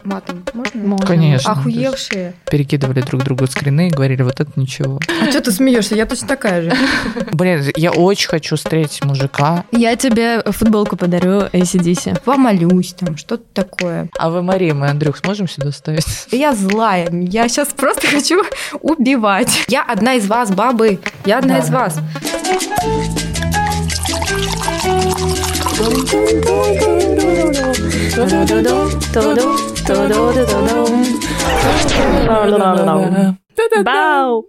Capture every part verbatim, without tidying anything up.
матом можно? Можно. Конечно. Охуевшие. Перекидывали друг другу скрины и говорили, вот это ничего. А что ты смеешься? Я точно такая же. Блин, я очень хочу встретить мужика. Я тебе футболку подарю эй си ди си. Помолюсь там, что-то такое. А вы, Мария, мы Андрюх сможем сюда ставить? Я злая. Я сейчас просто хочу убивать. Я одна из вас, бабы. Я одна из вас. Бау!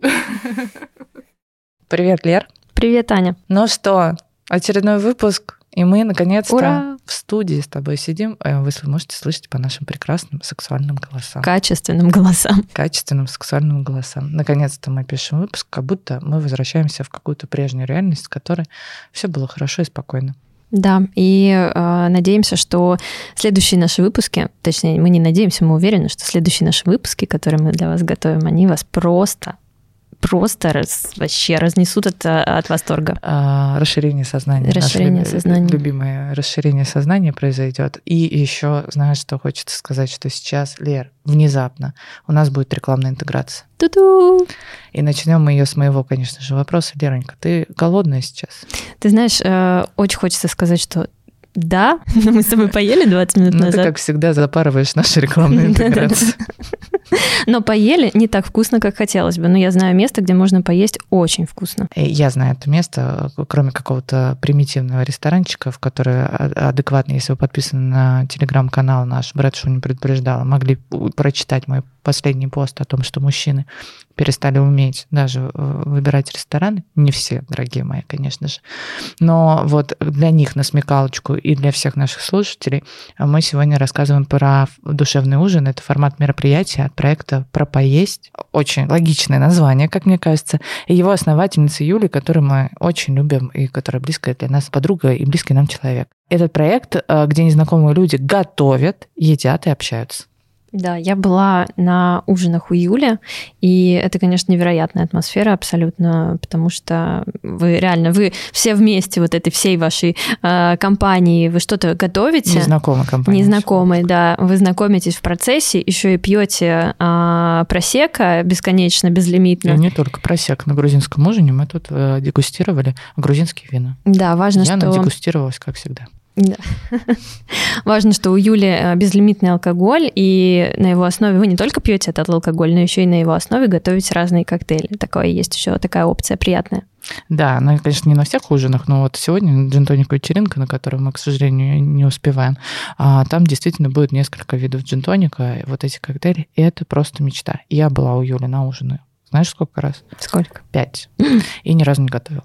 Привет, Лер. Привет, Аня. Ну что, очередной выпуск, и мы наконец-то Ура! в студии с тобой сидим. Вы можете слышать по нашим прекрасным сексуальным голосам. Качественным голосам. Качественным сексуальным голосам. Наконец-то мы пишем выпуск, как будто мы возвращаемся в какую-то прежнюю реальность, в которой все было хорошо и спокойно. Да, и э, надеемся, что следующие наши выпуски, точнее, мы не надеемся, мы уверены, что следующие наши выпуски, которые мы для вас готовим, они вас просто, просто раз, вообще разнесут от, от восторга. А, расширение сознания. Расширение Наше сознания. Любимое расширение сознания произойдет. И еще, знаешь, что хочется сказать, что сейчас, Лер, внезапно у нас будет рекламная интеграция. Ту-ду! И начнем мы ее с моего, конечно же, вопроса. Леронька, ты голодная сейчас? Ты знаешь, э, очень хочется сказать, что да, но мы с тобой поели двадцать минут Ну, назад. ты, как всегда, запарываешь нашу рекламную интеграцию. Но поели не так вкусно, как хотелось бы. Но я знаю место, где можно поесть очень вкусно. Я знаю это место, кроме какого-то примитивного ресторанчика, в который адекватно, если вы подписаны на телеграм-канал наш, Брэд Шоу не предупреждала, могли прочитать мой последний пост о том, что мужчины перестали уметь даже выбирать рестораны. Не все, дорогие мои, конечно же. Но вот для них на смекалочку и для всех наших слушателей мы сегодня рассказываем про душевный ужин. Это формат мероприятия от проекта «Про поесть». Очень логичное название, как мне кажется. И его основательница Юлия, которую мы очень любим и которая близкая для нас подруга и близкий нам человек. Этот проект, где незнакомые люди готовят, едят и общаются. Да, я была на ужинах у Юли, и это, конечно, невероятная атмосфера абсолютно, потому что вы реально, вы все вместе, вот этой всей вашей э, компании, вы что-то готовите. Незнакомая компания. Незнакомой, да. Вы знакомитесь в процессе, еще и пьете э, просекко бесконечно, безлимитно. И не только просекко. На грузинском ужине мы тут э, дегустировали грузинские вина. Да, важно, Я что... Я надегустировалась, как всегда. Да. Важно, что у Юли безлимитный алкоголь, и на его основе вы не только пьете этот алкоголь, но еще и на его основе готовите разные коктейли. Такое есть еще такая опция приятная. Да, она, конечно, не на всех ужинах, но вот сегодня джин-тониковая вечеринка, на которую мы, к сожалению, не успеваем, а там действительно будет несколько видов джин-тоника, вот эти коктейли, и это просто мечта. Я была у Юли на ужине. Знаешь, сколько раз? Сколько? Пять. И ни разу не готовила.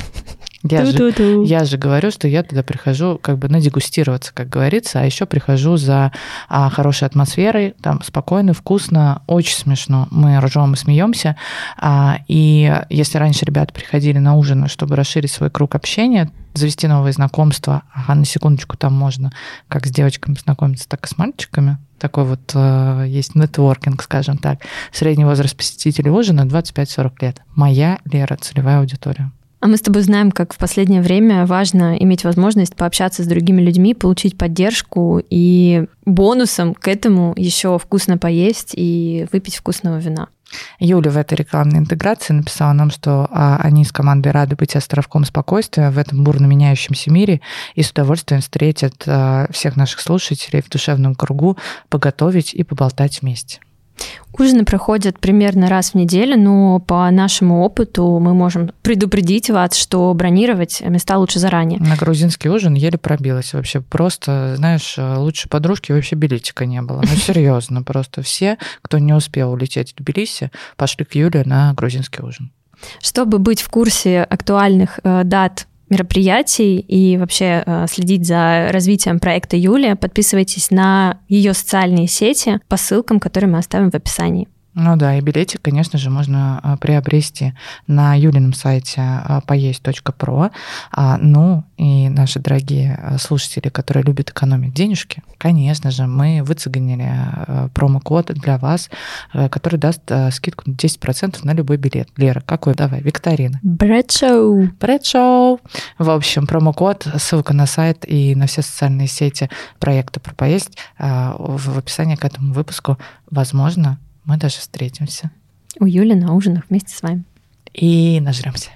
Я же, я же говорю, что я туда прихожу как бы надегустироваться, как говорится, а еще прихожу за а, хорошей атмосферой, там спокойно, вкусно, очень смешно. Мы ржем и смеемся. А, и если раньше ребята приходили на ужин, чтобы расширить свой круг общения, завести новые знакомства, ага, на секундочку, там можно как с девочками знакомиться, так и с мальчиками. Такой вот э, есть нетворкинг, скажем так. Средний возраст посетителей ужина двадцать пять сорок лет. Моя, Лера, целевая аудитория. А мы с тобой знаем, как в последнее время важно иметь возможность пообщаться с другими людьми, получить поддержку и бонусом к этому еще вкусно поесть и выпить вкусного вина. Юля в этой рекламной интеграции написала нам, что а, они с командой рады быть островком спокойствия в этом бурно меняющемся мире и с удовольствием встретят а, всех наших слушателей в душевном кругу, поготовить и поболтать вместе. Ужины проходят примерно раз в неделю, но по нашему опыту мы можем предупредить вас, что бронировать места лучше заранее. На грузинский ужин еле пробилась. Вообще просто, знаешь, лучше подружки вообще билетика не было. Ну, серьезно, просто все, кто не успел улететь в Тбилиси, пошли к Юле на грузинский ужин. Чтобы быть в курсе актуальных э, дат мероприятий и вообще э, следить за развитием проекта Юли, подписывайтесь на ее социальные сети по ссылкам, которые мы оставим в описании. Ну да, и билетик, конечно же, можно приобрести на Юлином сайте поесть точка про. Ну и наши дорогие слушатели, которые любят экономить денежки, конечно же, мы выцегонили промокод для вас, который даст скидку на десять процентов на любой билет. Лера, какой? Давай, викторина. Брэдшоу. Брэдшоу. В общем, промокод, ссылка на сайт и на все социальные сети проекта «Про поесть» в описании к этому выпуску. Возможно, мы даже встретимся. У Юли на ужинах вместе с вами. И нажремся.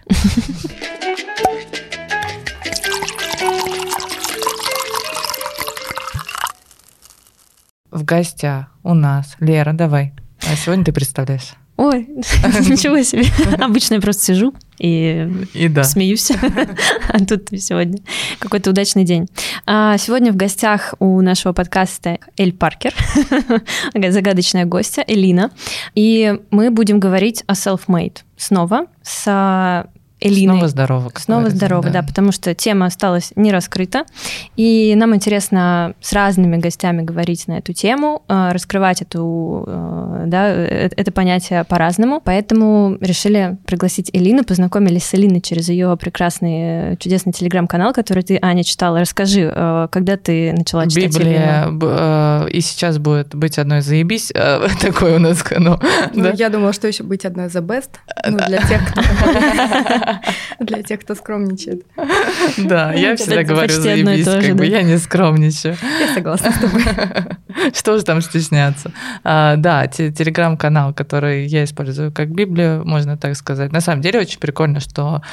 В гостях у нас Лера, давай. А сегодня ты представляешь. Ой, ничего себе. Обычно я просто сижу и, и да. смеюсь. А тут сегодня какой-то удачный день. А сегодня в гостях у нашего подкаста Эль Паркер, загадочная гостья Элина. И мы будем говорить о self-made снова с Элиной. Снова здорово. Снова здорово, да. да, потому что тема осталась не раскрыта. И нам интересно с разными гостями говорить на эту тему, раскрывать эту, да, это понятие по-разному. Поэтому решили пригласить Элину, познакомились с Элиной через ее прекрасный, чудесный телеграм-канал, который ты, Аня, читала. Расскажи, когда ты начала читать Библия, Элину? И сейчас будет быть одной заебись, такой у нас канал. Ну, да? Я думала, что еще быть одной the best, ну, для тех, кто... Для тех, кто скромничает. Да, я всегда говорю заебись, как бы я не скромничаю. Я согласна с тобой. Что же там стесняться? Да, телеграм-канал, который я использую как Библию, можно так сказать. На самом деле очень прикольно, что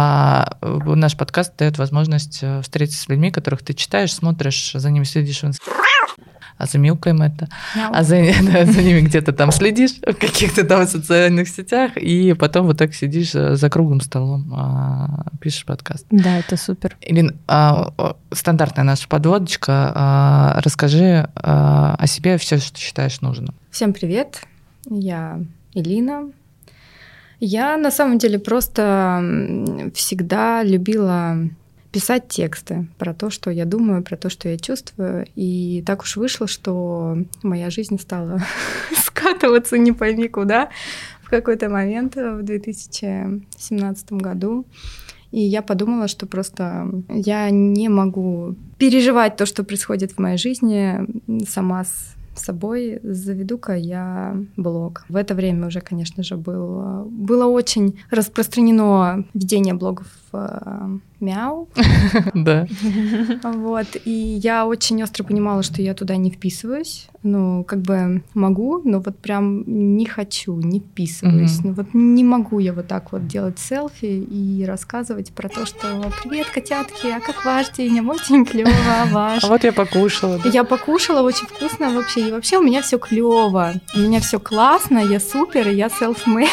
наш подкаст дает возможность встретиться с людьми, которых ты читаешь, смотришь, за ними следишь в Инстаграме. А замилкаем это, а за, да, за ними где-то там следишь в каких-то там социальных сетях, и потом вот так сидишь за круглым столом, а, пишешь подкаст. Да, это супер. Илин, а, стандартная наша подводочка. А, расскажи а, о себе все, что считаешь нужным. Всем привет, я Элина. Я на самом деле просто всегда любила писать тексты про то, что я думаю, про то, что я чувствую. И так уж вышло, что моя жизнь стала скатываться не пойми куда в какой-то момент в две тысячи семнадцатом году. И я подумала, что просто я не могу переживать то, что происходит в моей жизни сама с собой. Заведу-ка я блог. В это время уже, конечно же, было, было очень распространено ведение блогов в Мяу. Да. Вот. И я очень остро понимала, что я туда не вписываюсь. Ну, как бы могу, но вот прям не хочу, не вписываюсь. Ну, вот не могу я вот так вот делать селфи и рассказывать про то, что «Привет, котятки, а как ваш день? Очень клёво, а ваш?» А вот я покушала. Да? Я покушала, очень вкусно вообще. И вообще у меня все клёво. У меня все классно, я супер, и я self-made.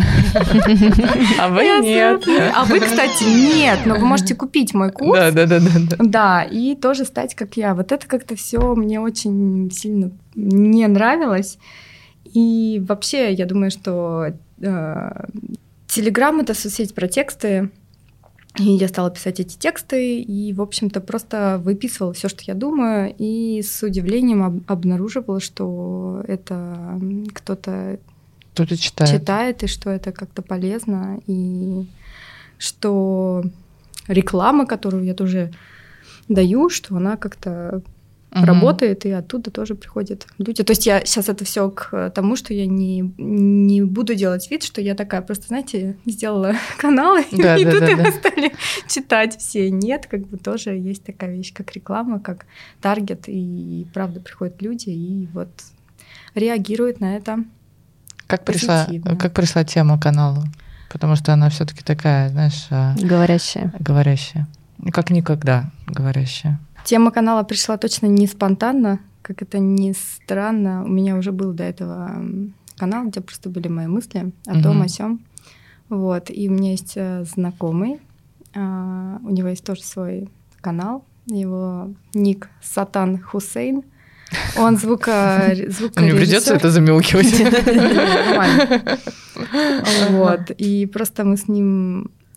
А вы нет. А вы, кстати, нет, но вы можете купить мой курс. Да, да, да, да. Да, и тоже стать как я. Вот это как-то все мне очень сильно не нравилось. И вообще, я думаю, что Телеграм — это соцсеть про тексты. И я стала писать эти тексты, и, в общем-то, просто выписывала все, что я думаю, и с удивлением об- обнаруживала, что это кто-то Кто-то читает. читает, и что это как-то полезно, и что реклама, которую я тоже даю, что она как-то угу. работает, и оттуда тоже приходят люди. То есть я сейчас это все к тому, что я не, не буду делать вид, что я такая просто, знаете, сделала канал, да, и да, тут да, его да. стали читать все. Нет, как бы тоже есть такая вещь, как реклама, как таргет, и правда приходят люди и вот реагируют на это. Как пришла, как пришла тема канала? Потому что она все-таки такая, знаешь... Говорящая. Говорящая. Как никогда говорящая. Тема канала пришла точно не спонтанно, как это ни странно. У меня уже был до этого канал, где просто были мои мысли о том, о сём. Вот. И у меня есть знакомый, у него есть тоже свой канал, его ник Сатан Хусейн. Он звука, звукорежиссер. Мне придется это замелкивать. Нормально. Вот. И просто мы с ним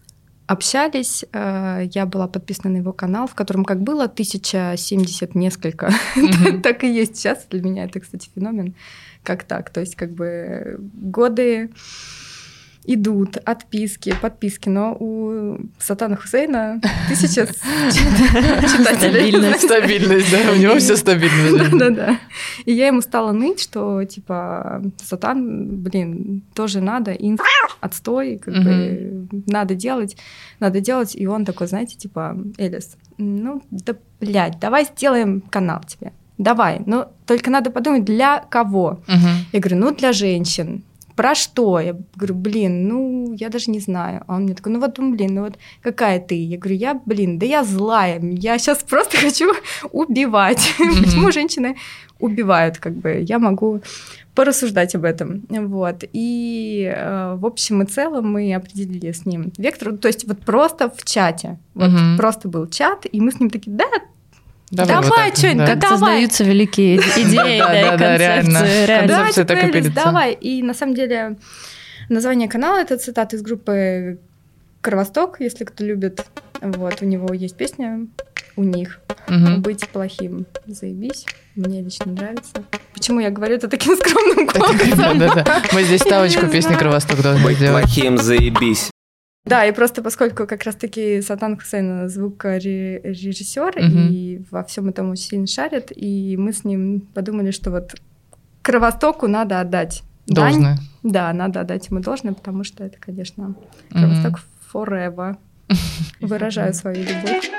общались, я была подписана на его канал, в котором как было тысяча семьдесят несколько, Мгм. так и есть сейчас. Для меня это, кстати, феномен. Как так? То есть как бы годы идут, отписки, подписки, но у Сатана Хусейна тысяча читателей. Стабильность. Стабильность, да, у него все стабильно. Да-да-да. И я ему стала ныть, что, типа, Сатан, блин, тоже надо, инф, отстой, как бы, надо делать, надо делать. И он такой, знаете, типа, Элис, ну, да, блядь, давай сделаем канал тебе. Давай, но только надо подумать, для кого. Я говорю, ну, для женщин. Про что? Я говорю, блин, ну, я даже не знаю. А он мне такой, ну вот, ну, блин, ну вот какая ты? Я говорю, я, блин, да я злая, я сейчас просто хочу убивать. Mm-hmm. Почему женщины убивают, как бы? Я могу порассуждать об этом. Вот. И э, в общем и целом мы определили с ним вектор, то есть вот просто в чате. Вот mm-hmm. просто был чат, и мы с ним такие, да, Давай, давай вот что-нибудь, да, да давай. Создаются великие идеи, да, и концепции. Концепция так и пилится. Давай. И на самом деле название канала — это цитата из группы «Кровосток», если кто любит. Вот, у него есть песня у них «Быть плохим». Заебись. Мне лично нравится. Почему я говорю это таким скромным голосом? Да-да-да. Мы здесь ставочку песни «Кровосток» должны сделать. «Быть плохим», заебись. Да, и просто поскольку как раз-таки Сатан Хусейн звукорежиссер mm-hmm. и во всем этом очень сильно шарит, и мы с ним подумали, что вот Кровостоку надо отдать должное. Дань. Да, надо отдать ему должное, потому что это, конечно, Кровосток mm-hmm. forever. Выражаю свою любовь.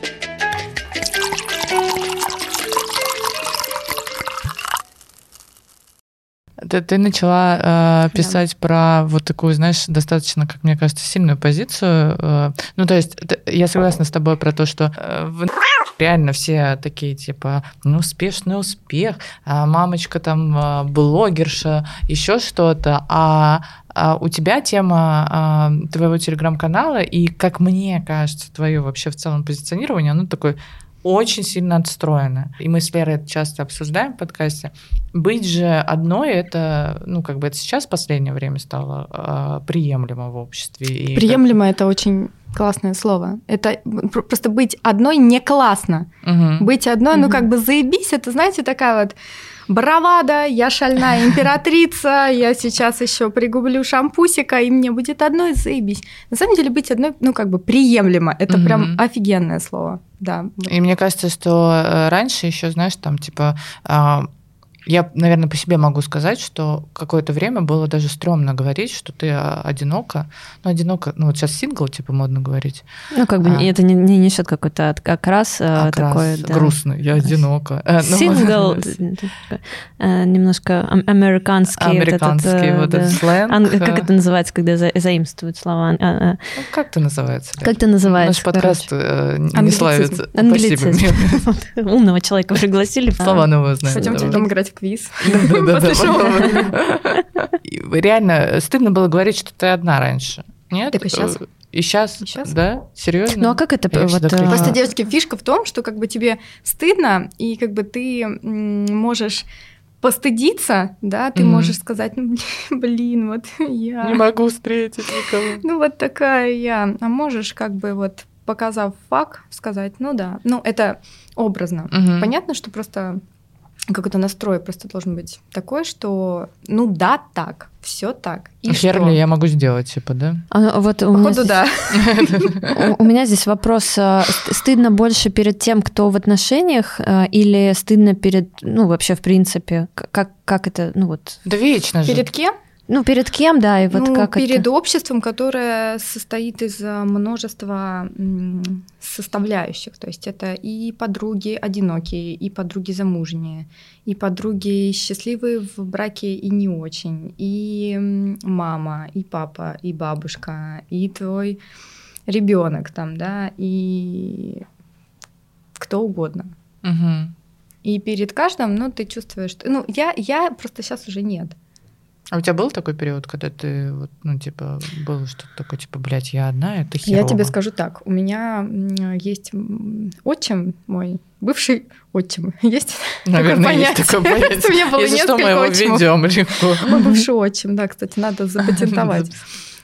Ты, ты начала э, писать да. про вот такую, знаешь, достаточно, как мне кажется, сильную позицию. Э, ну, то есть, я согласна с тобой про то, что э, в... реально все такие, типа, ну, успешный успех, а мамочка там э, блогерша, еще что-то. А, а у тебя тема э, твоего телеграм-канала и, как мне кажется, твое вообще в целом позиционирование, оно такое очень сильно отстроено. И мы с Лерой это часто обсуждаем в подкасте. Быть же одной, это, ну, как бы это сейчас в последнее время стало э, приемлемо в обществе. И приемлемо как... — это очень классное слово. Это просто быть одной не классно. Угу. Быть одной, угу. ну, как бы заебись, это, знаете, такая вот бравада, я шальная императрица, я сейчас еще пригублю шампусика, и мне будет одной, заебись. На самом деле быть одной, ну, как бы приемлемо. Это mm-hmm. прям офигенное слово. Да. И мне кажется, что раньше еще, знаешь, там, типа... Я, наверное, по себе могу сказать, что какое-то время было даже стрёмно говорить, что ты одинока. Ну, одинока, ну, вот сейчас сингл, типа, модно говорить. Ну, как бы а, это не, не несет какой-то окрас, окрас такой, да. грустный, я одинока. Сингл немножко американский. Американский вот этот сленг. Как это называется, когда заимствуют слова? Как это называется? Как это называется? Наш подкаст не славится. Англицизм. Умного человека пригласили. Слова новые знаем. Пойдемте потом играть квиз. Реально, стыдно было говорить, что ты одна раньше. Нет? Так и сейчас. И сейчас? И сейчас? Да? Серьезно? Ну а как это? Вот, просто, девочки, фишка в том, что как бы тебе стыдно, и как бы ты можешь постыдиться, да, ты mm-hmm. можешь сказать, ну, блин, вот я... Не могу встретить никого. Ну, вот такая я. А можешь как бы вот, показав факт, сказать, ну да. Ну, это образно. Mm-hmm. Понятно, что просто... Какой-то настрой просто должен быть такой, что ну да, так, все так. И хер ли я могу сделать, типа, да? А, вот Походу, да. У меня здесь вопрос: стыдно больше перед тем, кто в отношениях, или стыдно перед, ну, вообще, в принципе, как, как это, ну вот. Да вечно же. Перед кем? Ну, перед кем, да, и вот ну, как перед это? обществом, которое состоит из множества составляющих. То есть это и подруги одинокие, и подруги замужние, и подруги счастливые в браке и не очень, и мама, и папа, и бабушка, и твой ребенок там, да, и кто угодно. Угу. И перед каждым, ну, ты чувствуешь, что... Ну, я, я просто сейчас уже нет. А у тебя был такой период, когда ты, вот, ну, типа, было что-то такое, типа, блядь, я одна, это херово? Я тебе скажу так, у меня есть отчим мой, бывший отчим, есть Наверное, такое понятие. Есть такое понятие. У меня было Если несколько что, мы его отчимов. ведём легко. Мой бывший отчим, да, кстати, надо запатентовать.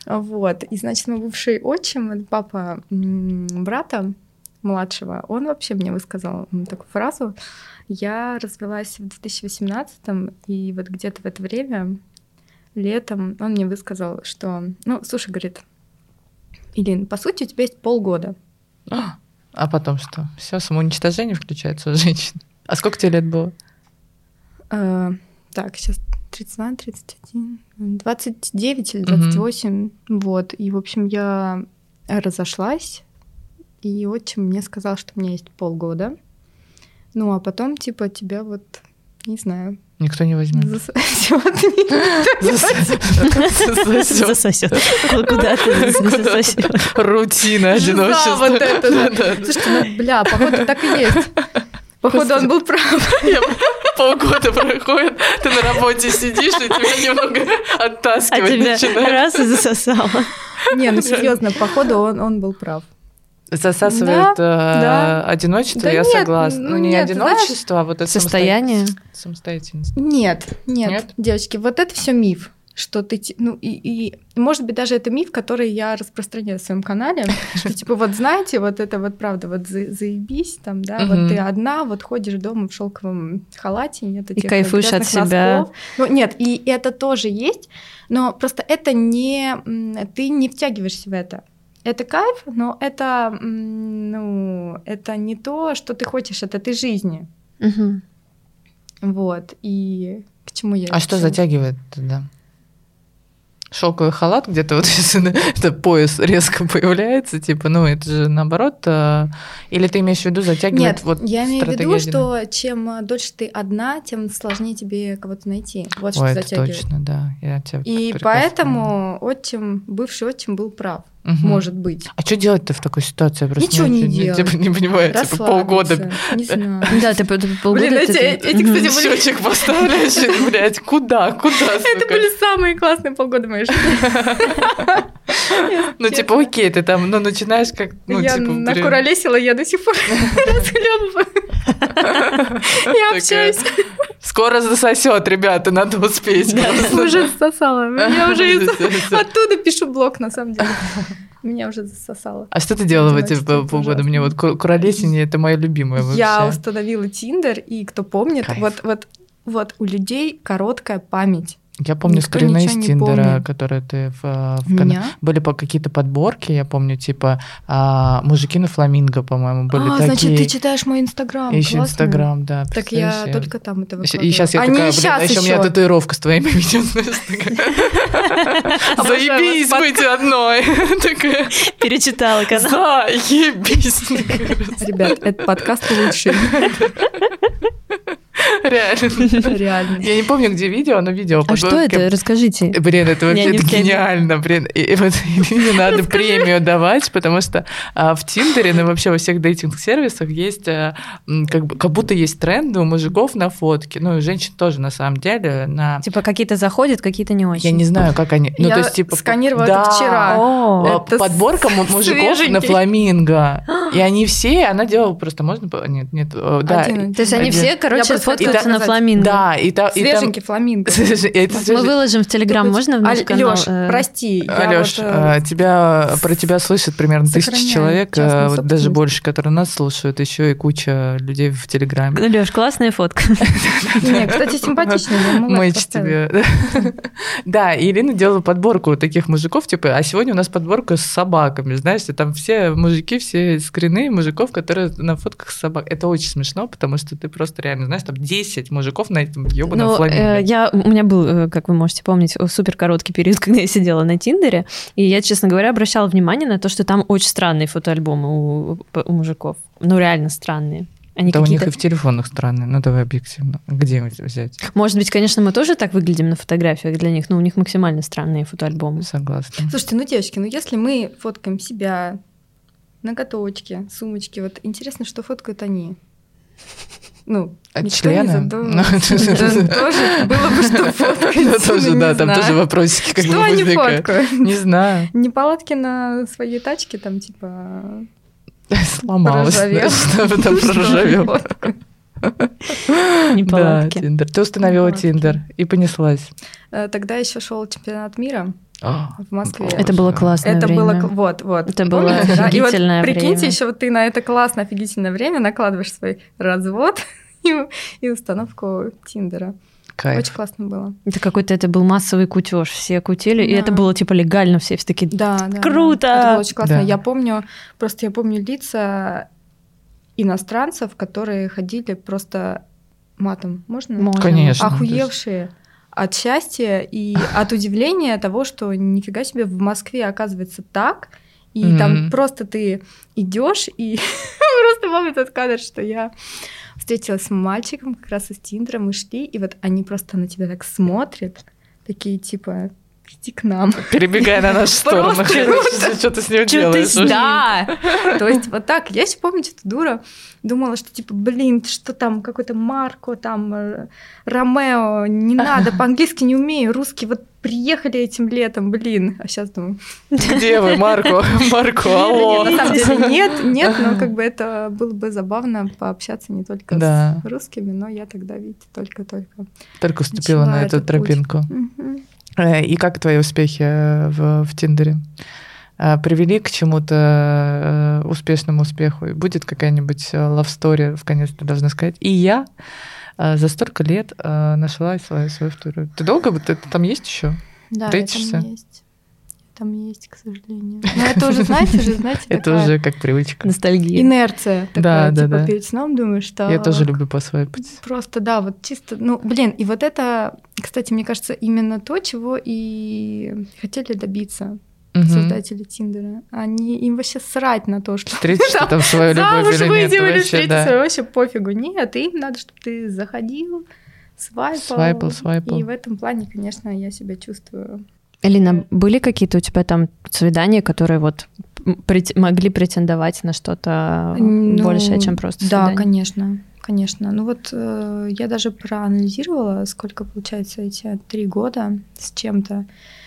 Вот. И, значит, мой бывший отчим, папа брата младшего, он вообще мне высказал такую фразу. Я развелась в две тысячи восемнадцатом, и вот где-то в это время, летом, он мне высказал, что, ну, слушай, говорит, Илин, по сути, у тебя есть полгода. А, а потом что? Все, самоуничтожение включается у женщин. А сколько тебе лет было? А, так, сейчас тридцать два, тридцать один, двадцать девять или двадцать восемь. Угу. Вот. И, в общем, я разошлась, и отчим мне сказал, что у меня есть полгода. Ну, а потом, типа, тебя вот, не знаю... Никто не возьмет. Засосет. Куда ты засосет? Рутина, одиночество. Вот это. Слушайте, ну, бля, походу так и есть. Походу он был прав. Полгода проходит, ты на работе сидишь, и тебя немного оттаскивать начинает. А тебя раз и засосало. Не, ну серьезно, походу он, он был прав. Засасывает да, э, да. одиночество, да я нет, согласна. Ну, не нет, одиночество, знаешь, а вот это состояние. Самостоятельность. Нет, нет, нет, девочки, вот это все миф. Что ты, ну, и, и, может быть, даже это миф, который я распространяю в своем канале, что, типа, вот знаете, вот это вот правда, вот за, заебись, там, да, вот ты одна, вот ходишь дома в шелковом халате, нет этих и кайфуешь от себя. Ну, нет, и это тоже есть, но просто это не, ты не втягиваешься в это. Это кайф, но это, ну, это не то, что ты хочешь, это ты жизни. Угу. Вот, и к чему я... А что затягивает тогда? Шелковый халат где-то вот если это пояс резко появляется, типа, ну это же наоборот, или ты имеешь в виду затягивает? Нет, вот я имею в виду, один? Что чем дольше ты одна, тем сложнее тебе кого-то найти. Вот что Ой, это затягивает. Точно, да. Я тебя И поэтому отчим, бывший отчим был прав. Угу. Может быть. А что делать-то в такой ситуации? Я просто Ничего не, не делать. Типа, не понимаю, типа полгода. Не знаю. Да, ты полгода... Блин, эти, эти, кстати, были... Счётчик поставляешь, блядь, куда, куда? Это были самые классные полгода моей жизни. Ну, типа, окей, ты там, ну, начинаешь как, ну, я типа... Я накуролесила, я до сих пор расхлебываю. Я общаюсь. Скоро засосет, ребята, надо успеть. Уже засосала. Я уже оттуда пишу блог, на самом деле. Меня уже засосало. А что ты делала в эти полгода? Мне вот куролесение — это моя любимая вообще. Я установила Тиндер, и кто помнит, вот, вот, вот у людей короткая память. Я помню скрины из Тиндера, которые ты в, в кан... были по какие-то подборки, я помню, типа а, мужики на фламинго, по-моему, были а, такие. Значит, ты читаешь мой Инстаграм. Еще Инстаграм, да. Так я, я только там это выкладываю. И сейчас я Они такая, блин, а еще у меня татуировка с твоими видео. Заебись быть одной. Перечитала канал. Заебись. Ребят, этот подкаст лучший. Реально. Реально. Я не помню, где видео, но видео. А что это? Расскажите. Блин, это вообще гениально. Блин, и вот не надо премию давать, потому что а, в Тиндере, ну вообще во всех дейтинг-сервисах есть, а, как, бы, как будто есть тренды у мужиков на фотки. Ну и женщин тоже, на самом деле. На... Типа какие-то заходят, какие-то не очень. Я не знаю, как они... Ну, Я то есть, типа, сканировала да, это вчера. О, это подборка мужиков на фламинго. И они все, она делала просто, можно... Нет, нет, да. Один, то есть они все, короче, фоткаются на фламинго. Да, и там... Свеженький фламинго. Мы выложим в Телеграм, можно в наш канал? Лёш, прости. Лёш, тебя, про тебя слышат примерно тысяча человек, вот даже больше, которые нас слушают, еще и куча людей в Телеграме. Лёш, классная фотка. Нет, кстати, симпатичная. Мэйч тебе. Да, и Ирина делала подборку таких мужиков, типа, а сегодня у нас подборка с собаками, знаешь, там все мужики, все скрины мужиков, которые на фотках с собак. Это очень смешно, потому что ты просто реально, знаешь, там десять мужиков на этом ёбаном ну, фламинго. Э, я, у меня был, как вы можете помнить, супер короткий период, когда я сидела на Тиндере, и я, честно говоря, обращала внимание на то, что там очень странные фотоальбомы у, у мужиков. Ну, реально странные. Они да какие-то... у них и в телефонах странные, ну давай объективно. Где взять? Может быть, конечно, мы тоже так выглядим на фотографиях для них, но у них максимально странные фотоальбомы. Согласна. Слушайте, ну, девочки, ну если мы фоткаем себя, ноготочки, сумочки, вот интересно, что фоткают они. Ну, от члена? Тоже было бы что фоткать. Тоже, да, там тоже вопросики как бы Что они фоткают? Не знаю. Неполадки на своей тачке, там типа... Сломалась. Что там проржавел. Неполадки. Да, Тиндер. Ты установила Тиндер и понеслась. Тогда еще шел чемпионат мира в Москве. Это было классное это время. было вот, вот. Это было офигительное и вот, прикиньте, время. еще вот ты на это классное, офигительное время накладываешь свой развод и, и установку Тиндера. Кайф. Очень классно было. Это какой-то, это был массовый кутеж, все кутили, Да. и это было типа легально, все, все такие, Да, да. круто! Да. Это было очень классно. Да. Я помню, просто я помню лица иностранцев, которые ходили просто матом. Можно? Можно. Конечно. Охуевшие от счастья и от удивления того, что нифига себе в Москве оказывается так, и Мгм. там просто ты идешь и просто помню тот кадр, что я встретилась с мальчиком как раз из Тиндера, мы шли, и вот они просто на тебя так смотрят, такие типа иди к нам. Перебегай на нашу сторону. Просто Что ты с ним Чё ты делаешь? с ним? Да, то есть вот так. Я еще помню, что дура думала, что типа, блин, что там какой-то Марко, там э, Ромео, не надо, по-английски не умею, русский вот приехали этим летом, блин. А сейчас думаю... Где вы, Марко? Марко, алло. Нет, на самом деле нет, нет, но как бы это было бы забавно пообщаться не только Да. с русскими, но я тогда, видите, только-только Только вступила начала на эту этот путь. тропинку. Мгм. Э, И как твои успехи э, в, в Тиндере? Э, Привели к чему-то э, успешному успеху? И будет какая-нибудь love story, в конец ты должна сказать. И я э, за столько лет э, нашла свою, свою вторую. Ты долго? Ты, ты там есть еще? Да, я Дейтишься? там есть. Я там есть, к сожалению. Но это уже, знаете же, знаете, Это такая уже как привычка. Ностальгия. инерция. Да, Такая, да, типа да. перед сном думаешь, что... Я тоже люблю посвайпать. Просто, да, вот чисто... Ну, блин, и вот это, кстати, мне кажется, именно то, чего и хотели добиться Мгм. создатели Тиндера. Они, им вообще срать на то, что Встретишь ты там свою любовь замуж или нет? выйдем или Вообще, встретиться, да. вообще пофигу. Нет, им надо, чтобы ты заходил, свайпал. Свайпал, свайпал. И в этом плане, конечно, я себя чувствую... Элина, были какие-то у тебя там свидания, которые вот прет- могли претендовать на что-то Ну, большее, чем просто Да, свидание? конечно, конечно. Ну вот э, я даже проанализировала, сколько получается эти три года с чем-то,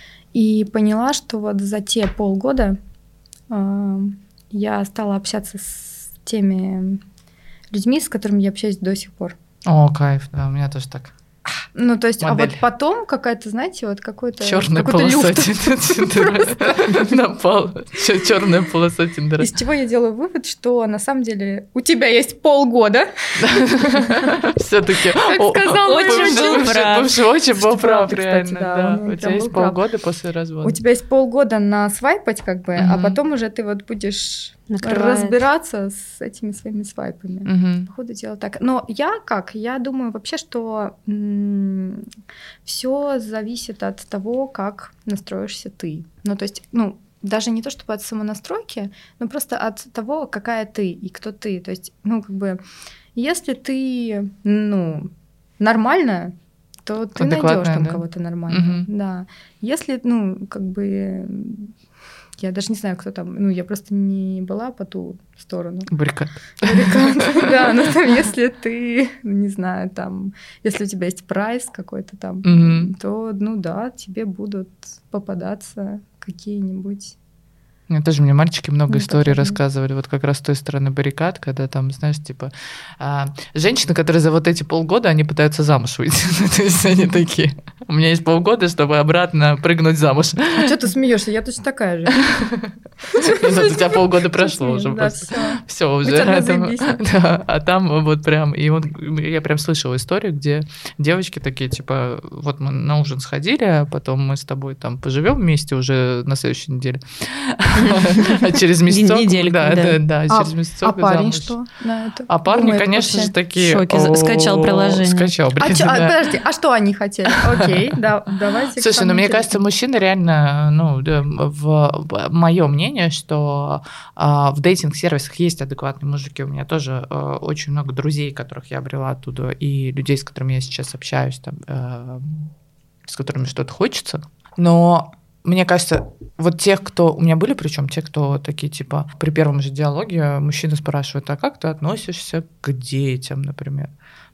и поняла, что вот за те полгода э, я стала общаться с теми людьми, с которыми я общаюсь до сих пор. О, кайф, да, у меня тоже так. Ну, то есть, Модель. а вот потом какая-то, знаете, вот какой-то Черная какой-то полоса люфт. Тиндера напала. Черная полоса Тиндера. Из чего я делаю вывод, что на самом деле у тебя есть полгода. Все-таки Как сказал мой отчим. бывший отчим был прав, Кстати, реально. да, Да. он У тебя прям есть был прав. полгода после развода. У тебя есть полгода на свайпать, как бы, а Мгм. потом уже ты вот будешь Накрывает. разбираться с этими своими свайпами. Мгм. По ходу дела так. Но я как? Я думаю вообще, что все зависит от того, как настроишься ты. Ну, то есть, ну, даже не то чтобы от самонастройки, но просто от того, какая ты и кто ты. То есть, ну, как бы, если ты, ну, нормальная, то ты найдешь Адекватная, там да? кого-то нормального. Мгм. Да. Если, ну, как бы, я даже не знаю, кто там, ну, я просто не была по ту сторону. Баррикад. Баррикад. Да, ну там, если ты, не знаю, там, если у тебя есть прайс какой-то там, Мгм. то, ну да, тебе будут попадаться какие-нибудь. Мне тоже мне мальчики много Ну, историй так, да. рассказывали, вот как раз с той стороны баррикад, когда там, знаешь, типа, а, женщины, которые за вот эти полгода, они пытаются замуж выйти. Ну, то есть они такие, у меня есть полгода, чтобы обратно прыгнуть замуж. А что ты смеешься? Я точно такая же. Ну, У тебя полгода прошло уже Да, просто. всё. Все уже. тебя а там- заебись. Да, а там вот прям, и он, я прям слышала историю, где девочки такие, типа, вот мы на ужин сходили, а потом мы с тобой там поживем вместе уже на следующей неделе. А через месяцок... Недельку, да, да. да, да, А- через А месяцок парень замуж. что на это? А парни, думает конечно вообще? же, такие... В шоке, «О, скачал приложение». Скачал, А блин, чё- а, да. подожди, а что они хотели? Окей, да, давайте. к Слушай, ну самому мне интересному. кажется, мужчины реально, ну, да, в, мое мнение, что а, в дейтинг-сервисах есть адекватные мужики. У меня тоже а, очень много друзей, которых я обрела оттуда, и людей, с которыми я сейчас общаюсь, там, а, с которыми что-то хочется. Но мне кажется, вот тех, кто... У меня были причем те, кто такие, типа, при первом же диалоге мужчина спрашивает, а как ты относишься к детям, например?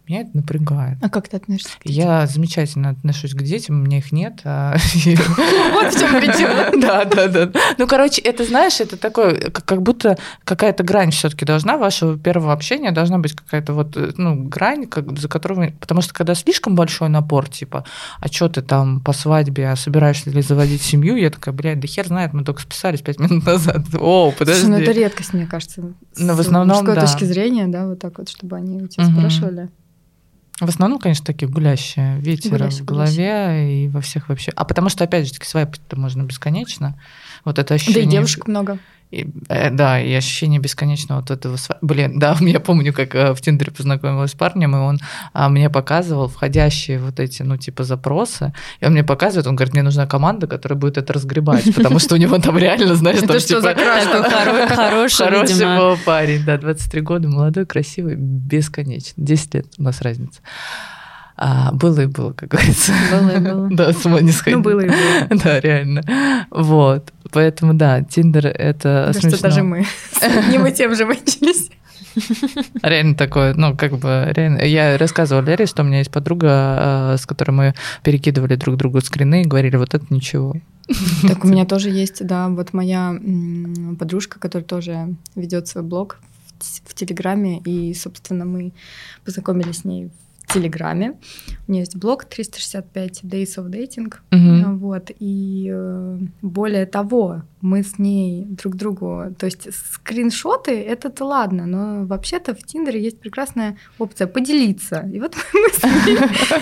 Меня это напрягает. А как ты относишься к детям? Я замечательно отношусь к детям, у меня их нет. Вот в чем причина. Да, да, да. Ну, короче, это, знаешь, это такое, как будто какая-то грань все-таки должна, вашего первого общения должна быть какая-то вот, ну, грань, за которую... Потому что когда слишком большой напор, типа, а что ты там по свадьбе, а собираешься ли заводить семью, я такая, блядь, да хер знает, мы только списались пять минут назад. О, подожди. Ну, это редкость, мне кажется. Но в основном, с мужской да. точки зрения, да, вот так вот, чтобы они у тебя Мгм. спрашивали. В основном, конечно, такие гулящие, ветер Гулящие, в голове и во всех вообще. А потому что, опять же, таки свайпать-то можно бесконечно. Вот это Да ощущение... и девушек много. И, э, да, и ощущение бесконечного вот этого... сва- Блин, да, я помню, как э, в Тиндере познакомилась с парнем, и он а, мне показывал входящие вот эти, ну, типа, запросы. И он мне показывает, он говорит, мне нужна команда, которая будет это разгребать, потому что у него там реально, знаешь, там, Это что за типа... краш? Такой хоро- хороший, Хороший видимо. был парень, да, двадцать три года, молодой, красивый, бесконечно. десять лет у нас разница. А, было и было, как говорится. Было и было. Да, с ума не сходить. Ну, было и было. Да, реально. Вот. Поэтому, да, Тиндер — это Потому что смешно. даже мы с одним и тем же мучились. Реально такое, ну, как бы, реально. Я рассказывала Лере, что у меня есть подруга, э, с которой мы перекидывали друг другу скрины и говорили, вот это ничего. Так у меня тоже есть, да, вот моя м, подружка, которая тоже ведет свой блог в, в Телеграме, и, собственно, мы познакомились с ней в Телеграме. У нее есть блог триста шестьдесят пять Days of Dating, Мгм. вот, и э, более того, мы с ней друг другу, то есть скриншоты, это-то ладно, но вообще-то в Тиндере есть прекрасная опция поделиться, и вот мы с ней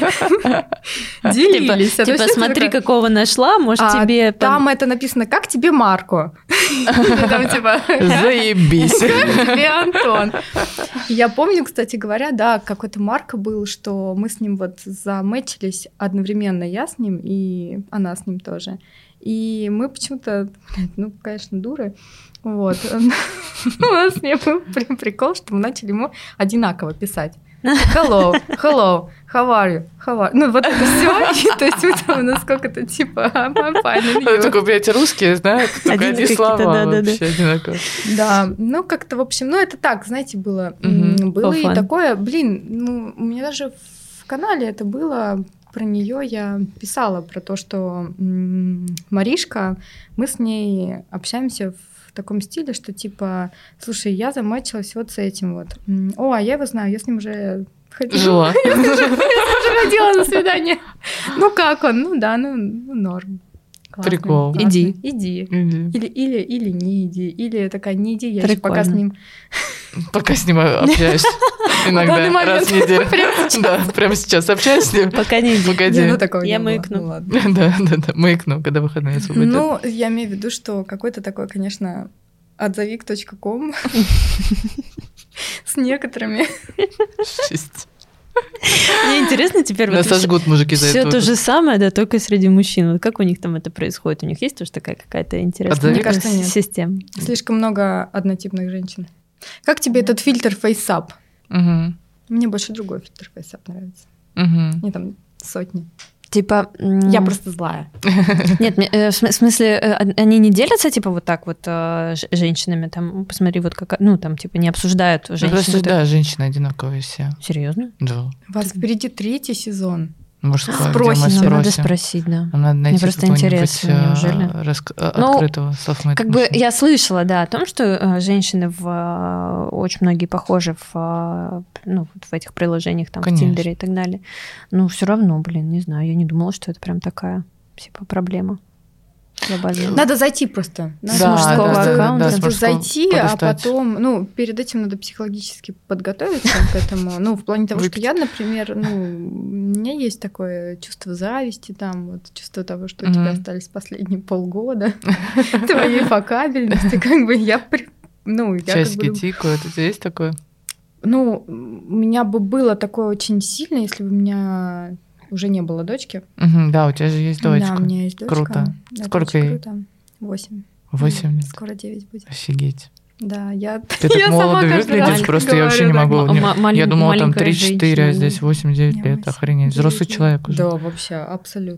делились. А то Типа, есть это смотри, такая- какого нашла, может, а тебе... пон- там это написано «Как тебе Марко?» Там типа Заебись. «Как тебе Антон?» Я помню, кстати говоря, да, какой-то Марко был, что мы с ним вот замэчились одновременно, я с ним и она с ним тоже. И мы почему-то, блядь, ну, конечно, дуры, вот. У нас с ним был прям прикол, что мы начали ему одинаково писать. Hello, hello, how are you, how are you? Ну, вот это все. То есть мы там, насколько-то типа, I'm fine and Ну, you. Только, блядь, русские знают, только Один одни какие-то, слова да-да-да. вообще одинаково. Да, ну как-то, в общем, ну это так, знаете, было. Мгм, М, Было for и fun. такое, блин, ну у меня даже в канале это было, про нее я писала, про то, что м, Маришка, мы с ней общаемся в таком стиле, что типа, слушай, я замачилась вот с этим вот. М, О, а я его знаю, я с ним уже ходила. Жила. Я с ним уже ходила на свидание. Ну как он? Ну да, ну ну, норм. Классный, Прикол. классный. Иди. Иди. Или Или, или, или не иди. Или такая, не иди, я ещё Прикольно. пока с ним. Пока с ним общаюсь. Иногда, данный момент. раз в неделю. Прямо сейчас. Да, прямо сейчас общаюсь с ним. Пока не иди. Погоди. Не, ну такого Я не было. маякну. Ну ладно. Да, да, да, маякну, когда выходные освободят. Ну, я имею в виду, что какой-то такой, конечно, отзовик точка ком с некоторыми. Жесть. Мне интересно теперь Нас вот сожгут мужики за все это. то же самое, да, только среди мужчин. Вот как у них там это происходит? У них есть тоже такая какая-то интересная Отзови. Мне кажется, нет. система? Слишком много однотипных женщин. Как тебе этот фильтр FaceApp? Мгм, Мне больше другой фильтр FaceApp нравится. мгм. Мне там сотни. Типа... м, Я просто злая. Нет, мне, э, в см- в смысле, э, они не делятся, типа, вот так вот э, ж- женщинами, там, посмотри, вот как... Ну, там, типа, не обсуждают Ну, женщины. просто, да, женщины одинаковые все. Серьезно? Да. У вас впереди третий сезон. Мужское, где Спросим. мы Ну, Ну, надо спросим. спросить, да. Нам надо найти просто какого-нибудь, интересно, э, неужели? раск- э, Ну, открытого self-made Как бы мужчину. я слышала, да, о том, что э, женщины в э, очень многие похожи в, э, ну, вот в этих приложениях, там, Конечно. в Тиндере и так далее. Но все равно, блин, не знаю, я не думала, что это прям такая типа проблема глобальная. Надо зайти просто. Надо С мужского просто- аккаунта. да, с просто мужского зайти, а полистать. потом, ну, перед этим надо психологически подготовиться к этому. Ну, в плане того, что Выпить. я, например, ну, у меня есть такое чувство зависти, там, вот, чувство того, что у тебя Мгм. остались последние полгода твоей факабельности, как бы я, при- ну, я как Часики бы, тикают. У тебя есть такое? ну, у меня бы было такое очень сильно, если бы у меня уже не было дочки. Мгм, да, у тебя же есть дочка. Да, у меня есть дочка. Круто. Это Сколько очень ей? круто. Восемь. Восемь лет. Скоро девять будет. Офигеть. Да, я, Ты так я сама молодо каждый раз выглядишь, просто я вообще не говорю, могу. да. не- Ма- малень- Я думала, там маленькая три-четыре, а женщина, здесь восемь-девять Не, лет. восемь, Охренеть. Взрослый девять человек лет. уже. Да, вообще, абсолютно.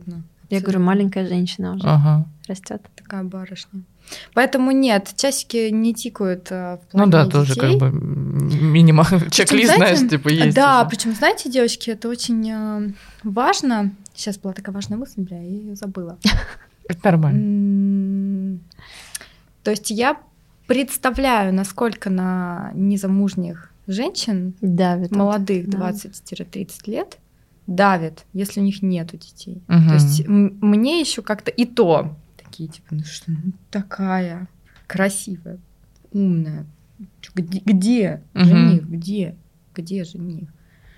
Я говорю, маленькая женщина уже ага. растет. Такая барышня. Поэтому нет, часики не тикают в плане Ну да, детей. тоже как бы минимум чек-лист, знаешь, типа есть. Да, уже. Причем, знаете, девочки, это очень важно. Сейчас была такая важная мысль, бля, я ее забыла. Это нормально. То есть я представляю, насколько на незамужних женщин, давит молодых, вот, да. двадцать-тридцать лет, давит, если у них нету детей. Угу. То есть м- мне еще как-то и то такие, типа, ну что, ну такая красивая, умная. Где, где угу. жених? Где? Где жених?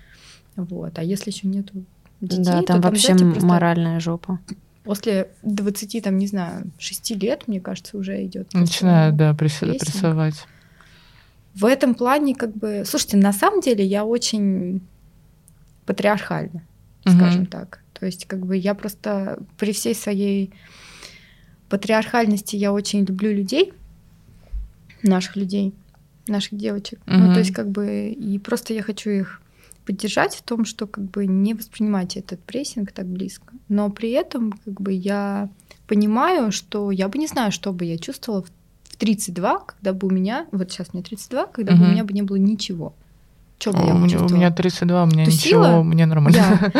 Вот. А если еще нету детей, да, то там, там вообще знаете, просто моральная жопа. После двадцати, там, не знаю, шести лет, мне кажется, уже идет. Начинают, да, прессовать. В этом плане, как бы, слушайте, на самом деле я очень патриархальна, угу. скажем так. То есть, как бы, я просто при всей своей патриархальности я очень люблю людей, наших людей, наших девочек. Угу. Ну, то есть, как бы, и просто я хочу их поддержать в том, что как бы не воспринимать этот прессинг так близко. Но при этом как бы я понимаю, что я бы не знаю, что бы я чувствовала в тридцать два, когда бы у меня, вот сейчас мне тридцать два, когда угу. бы у меня бы не было ничего. Что бы я бы чувствовала? У меня тридцать два, у меня Тусила? Ничего, мне нормально.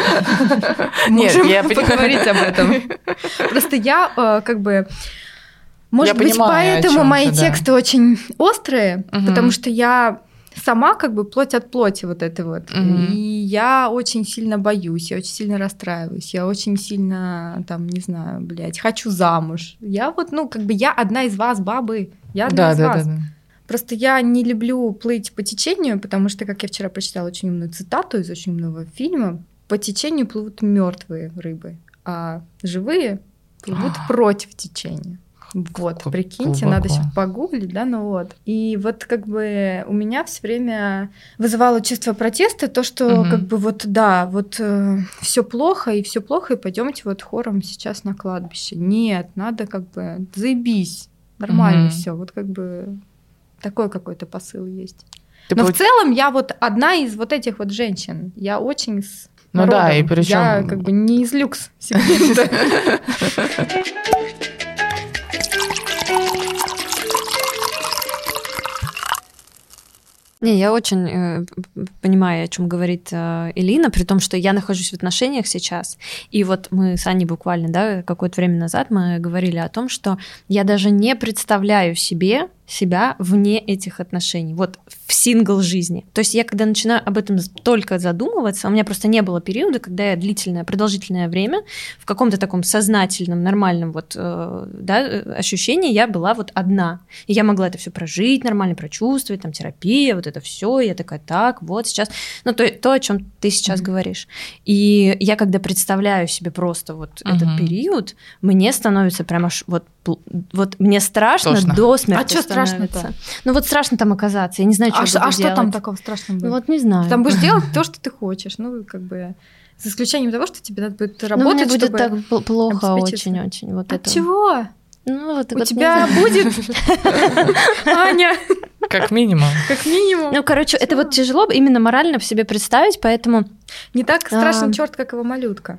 Нет, я поговорить об этом. Просто я как бы... Может быть, поэтому мои тексты очень острые, потому что я... сама как бы плоть от плоти вот этой вот. Mm-hmm. И я очень сильно боюсь, я очень сильно расстраиваюсь, я очень сильно, там, не знаю, блядь, хочу замуж. Я вот, ну, как бы я одна из вас, бабы, я одна да, из да, вас. Да, да. Просто я не люблю плыть по течению, потому что, как я вчера прочитала очень умную цитату из очень умного фильма, по течению плывут мертвые рыбы, а живые плывут против течения. Вот, прикиньте, глубоко. Надо еще погуглить, да, ну вот. И вот как бы у меня все время вызывало чувство протеста то, что угу. как бы вот да, вот э, все плохо и все плохо, и пойдемте вот хором сейчас на кладбище. Нет, надо как бы заебись, нормально угу. все, вот как бы такой какой-то посыл есть. Ты Но получ... в целом я вот одна из вот этих вот женщин, я очень с ну народом. Да, и причем я как бы не из люкс сегмента. Не, я очень э, понимаю, о чем говорит э, Элина, при том, что я нахожусь в отношениях сейчас, и вот мы с Аней буквально, да, какое-то время назад мы говорили о том, что я даже не представляю себе себя вне этих отношений, вот в сингл-жизни. То есть я, когда начинаю об этом только задумываться, у меня просто не было периода, когда я длительное, продолжительное время в каком-то таком сознательном, нормальном вот, э, да, ощущении я была вот одна. И я могла это все прожить нормально, прочувствовать, там, терапия, вот это все. Я такая, так, вот сейчас. Ну, то, то о чем ты сейчас mm-hmm. говоришь. И я, когда представляю себе просто вот mm-hmm. этот период, мне становится прямо аж вот, вот мне страшно Тошно. До смерти. А что страшно-то? Ну вот страшно там оказаться, я не знаю, что а я буду А что делать. там такого страшного будет? Ну вот не знаю. Ты там будешь делать то, что ты хочешь, ну как бы за исключением того, что тебе надо будет работать, ну, мне будет чтобы так плохо очень-очень. Вот От чего? Ну, вот, У вот тебя будет, Аня? Как минимум. Как минимум. Ну, короче, это вот тяжело именно морально в себе представить, поэтому... Не так страшен черт, как его малютка.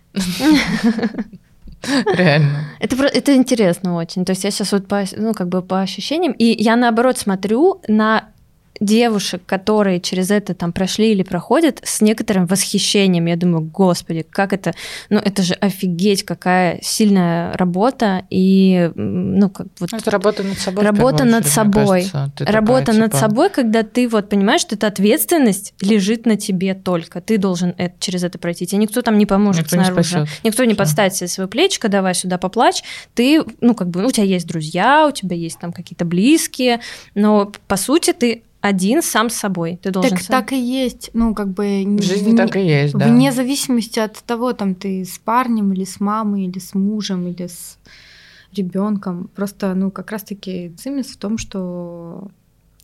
Реально. Это, это интересно очень. То есть я сейчас вот по, ну, как бы по ощущениям, и я наоборот смотрю на девушек, которые через это там прошли или проходят, с некоторым восхищением. Я думаю, господи, как это... Ну, это же офигеть, какая сильная работа. И, ну, как вот... Это работа над собой. Работа над очередь, собой. Кажется, работа такая, над типа... собой, когда ты вот понимаешь, что эта ответственность лежит на тебе только. Ты должен это, через это пройти. Тебе никто там не поможет никто снаружи. Не никто не подставит себе свое плечико, давай сюда поплачь. Ты, ну, как бы, у тебя есть друзья, у тебя есть там какие-то близкие, но, по сути, ты один сам с собой. Ты должен так, сам... так и есть. Ну, как бы... В жизни так и есть, да. Вне зависимости от того, там, ты с парнем или с мамой, или с мужем, или с ребенком. Просто, ну, как раз-таки цимис в том, что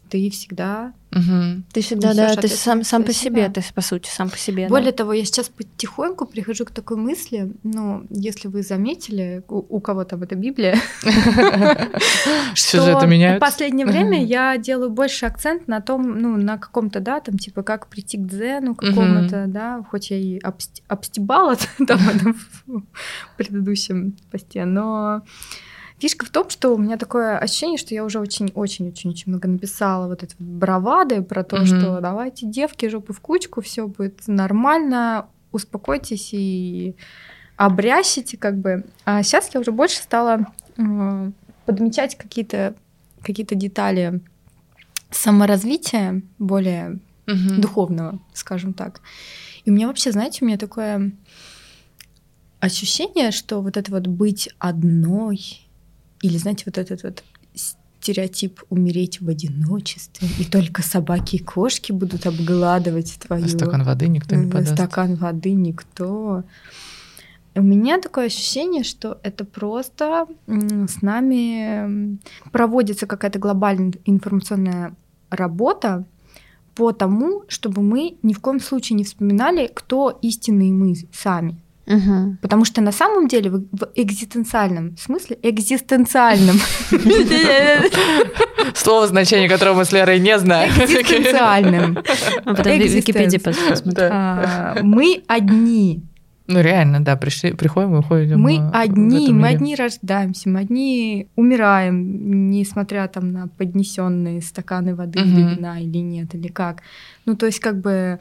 ты всегда... Угу. Ты всегда, несёшь да, ты сам, сам по себе, себя. ты, по сути, сам по себе. Более да. того, я сейчас потихоньку прихожу к такой мысли, ну, если вы заметили, у, у кого там это Библия, что в последнее время я делаю больше акцент на том, ну, на каком-то, да, там, типа, как прийти к дзену какому-то, да, хоть я и обстебала там в предыдущем посте, но... Фишка в том, что у меня такое ощущение, что я уже очень-очень-очень много написала вот этой бравады про то, mm-hmm. что давайте, девки, жопы в кучку, все будет нормально, успокойтесь и обрящите, как бы. А сейчас я уже больше стала э, подмечать какие-то, какие-то детали саморазвития, более mm-hmm. духовного, скажем так. И у меня вообще, знаете, у меня такое ощущение, что вот это вот быть одной... Или, знаете, вот этот вот стереотип умереть в одиночестве, и только собаки и кошки будут обгладывать твою... А стакан воды никто не подаст. Стакан воды никто. У меня такое ощущение, что это просто с нами проводится какая-то глобальная информационная работа по тому, чтобы мы ни в коем случае не вспоминали, кто истинные мы сами. Угу. Потому что на самом деле в, в экзистенциальном смысле, экзистенциальном... Слово, значение которого мы с Лерой не знаем. Экзистенциальным. А потом в Википедии посмотрим. Мы одни. Ну реально, да, пришли, приходим и уходим. Мы одни, мы одни рождаемся, мы одни умираем, несмотря там на поднесенные стаканы воды или вина или нет, или как. Ну то есть как бы...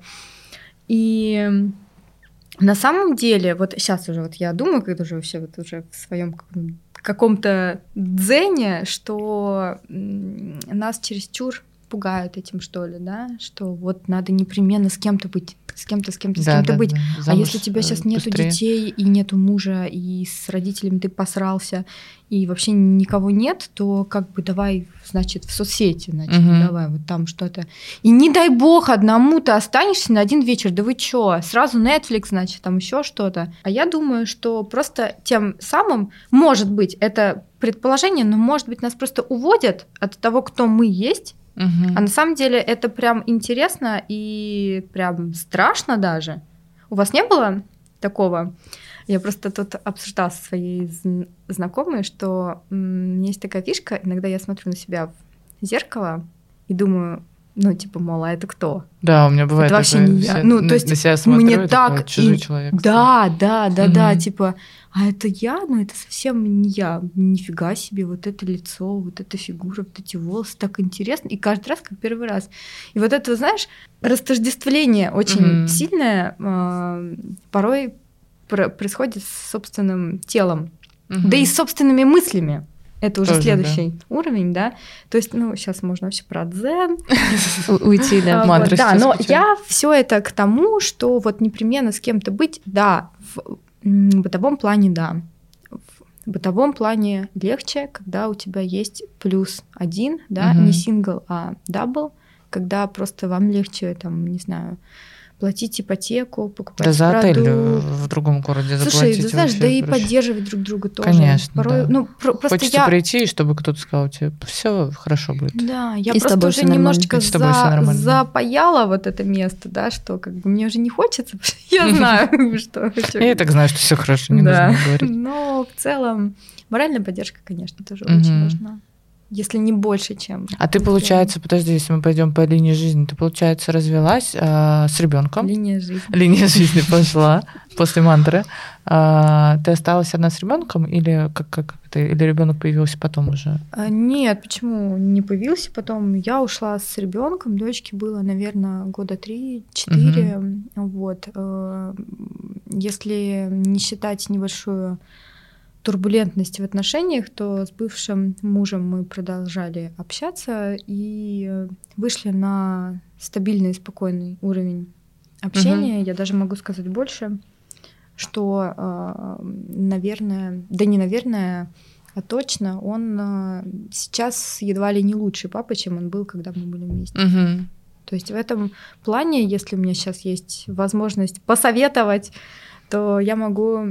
И... На самом деле, вот сейчас уже вот я думаю, когда уже вообще вот уже в своем каком-то дзене, что нас чересчур пугают этим, что ли, да, что вот надо непременно с кем-то быть, с кем-то, с кем-то, с да, кем-то да, быть. Да. А если у тебя сейчас нету быстрее. детей и нету мужа, и с родителями ты посрался, и вообще никого нет, то как бы давай, значит, в соцсети, значит, угу. давай вот там что-то. И не дай бог одному ты останешься на один вечер, да вы чё, сразу Netflix, значит, там еще что-то. А я думаю, что просто тем самым, может быть, это предположение, но может быть нас просто уводят от того, кто мы есть. Угу. А на самом деле это прям интересно и прям страшно даже. У вас не было такого? Я просто тут обсуждала со своей знакомой, что у меня есть такая фишка, иногда я смотрю на себя в зеркало и думаю, ну, типа, мол, а это кто? Да, у меня бывает это такое. вообще не я. Ну, то есть на себя смотрю, мне так... чужой и... человек. Да, да, да, угу. да, типа, а это я? Ну, это совсем не я. Нифига себе, вот это лицо, вот эта фигура, вот эти волосы, так интересно. И каждый раз, как первый раз. И вот это, знаешь, растождествление очень угу. сильное э, порой пр- происходит с собственным телом. Угу. Да и с собственными мыслями. Это уже Тоже, следующий да. уровень, да. То есть, ну, сейчас можно вообще про дзен уйти, да. Мантры. Да, но я все это к тому, что вот непременно с кем-то быть, да, в бытовом плане, да. В бытовом плане легче, когда у тебя есть плюс один, да, не сингл, а дабл, когда просто вам легче, там, не знаю, платить ипотеку, покупать да за продукт. отель в другом городе заплатить. Слушай, ты знаешь, да и проще. Поддерживать друг друга тоже. Конечно, Порой, да. Ну, про- просто Хочется я... прийти, чтобы кто-то сказал тебе, все хорошо будет. Да, я и просто уже немножечко за... запаяла вот это место, да, что как бы мне уже не хочется, потому что я знаю, что хочу. Я так знаю, что все хорошо, не нужно говорить. Но в целом моральная поддержка, конечно, тоже очень важна. Если не больше, чем. А ты, получается, подожди, если мы пойдем по линии жизни, ты, получается, развелась э, с ребенком. Линия жизни. Линия жизни пошла после мантры. А, ты осталась одна с ребенком, или как, как это, или ребенок появился потом уже? А, нет, почему не появился потом? Я ушла с ребенком, дочке было, наверное, года три-четыре. Угу. Вот. Если не считать небольшую турбулентность в отношениях, то с бывшим мужем мы продолжали общаться и вышли на стабильный, спокойный уровень общения. Uh-huh. Я даже могу сказать больше, что, наверное, да не наверное, а точно, он сейчас едва ли не лучший папа, чем он был, когда мы были вместе. Uh-huh. То есть в этом плане, если у меня сейчас есть возможность посоветовать, то я могу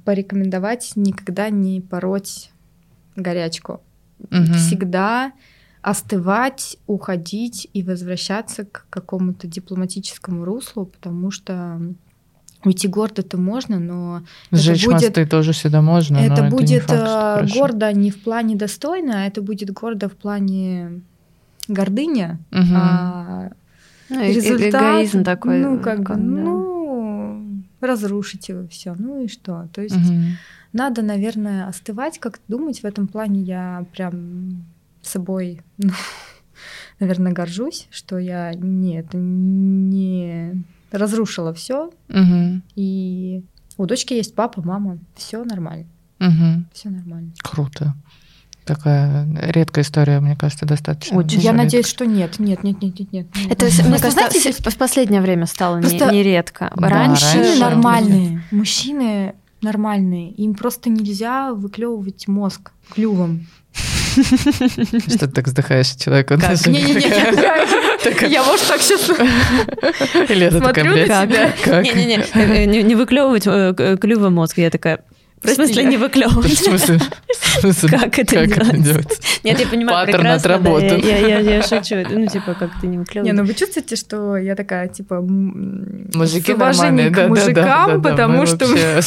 порекомендовать никогда не пороть горячку. Угу. Всегда остывать, уходить и возвращаться к какому-то дипломатическому руслу, потому что уйти гордо-то можно, но сжечь это будет, мосты тоже всегда можно, это но будет это не факт, что гордо не в плане достойно, а это будет гордо в плане гордыня, угу. а ну, результат, эгоизм такой. ну как бы, да. ну разрушите вы все, ну и что? То есть угу. надо, наверное, остывать, как думать в этом плане. Я прям собой, ну, наверное, горжусь, что я нет, не разрушила все, угу. и у дочки есть папа, мама, все нормально, угу. все нормально. Круто. Такая редкая история, мне кажется, достаточно. Очень. Я редко. надеюсь, что нет, нет, нет, нет, нет, нет. Это, Просто, мне кажется, знаете, в последнее время стало просто... нередко. Да, раньше, мужчины раньше... нормальные, мужчины нормальные, им просто нельзя выклевывать мозг клювом. Что ты так вздыхаешь, человек? Не-не-не, я, может, так сейчас смотрю на тебя. Не-не-не, не выклевывать клювом мозг. Я такая... В смысле не выклевывать? В смысле? Как это делать? Нет, я понимаю прекрасно. Паттерн отработан. Я шучу. Ну, типа, как ты не выклевываешь. Не, ну вы чувствуете, что я такая, типа, мужики с уважением к мужикам, потому что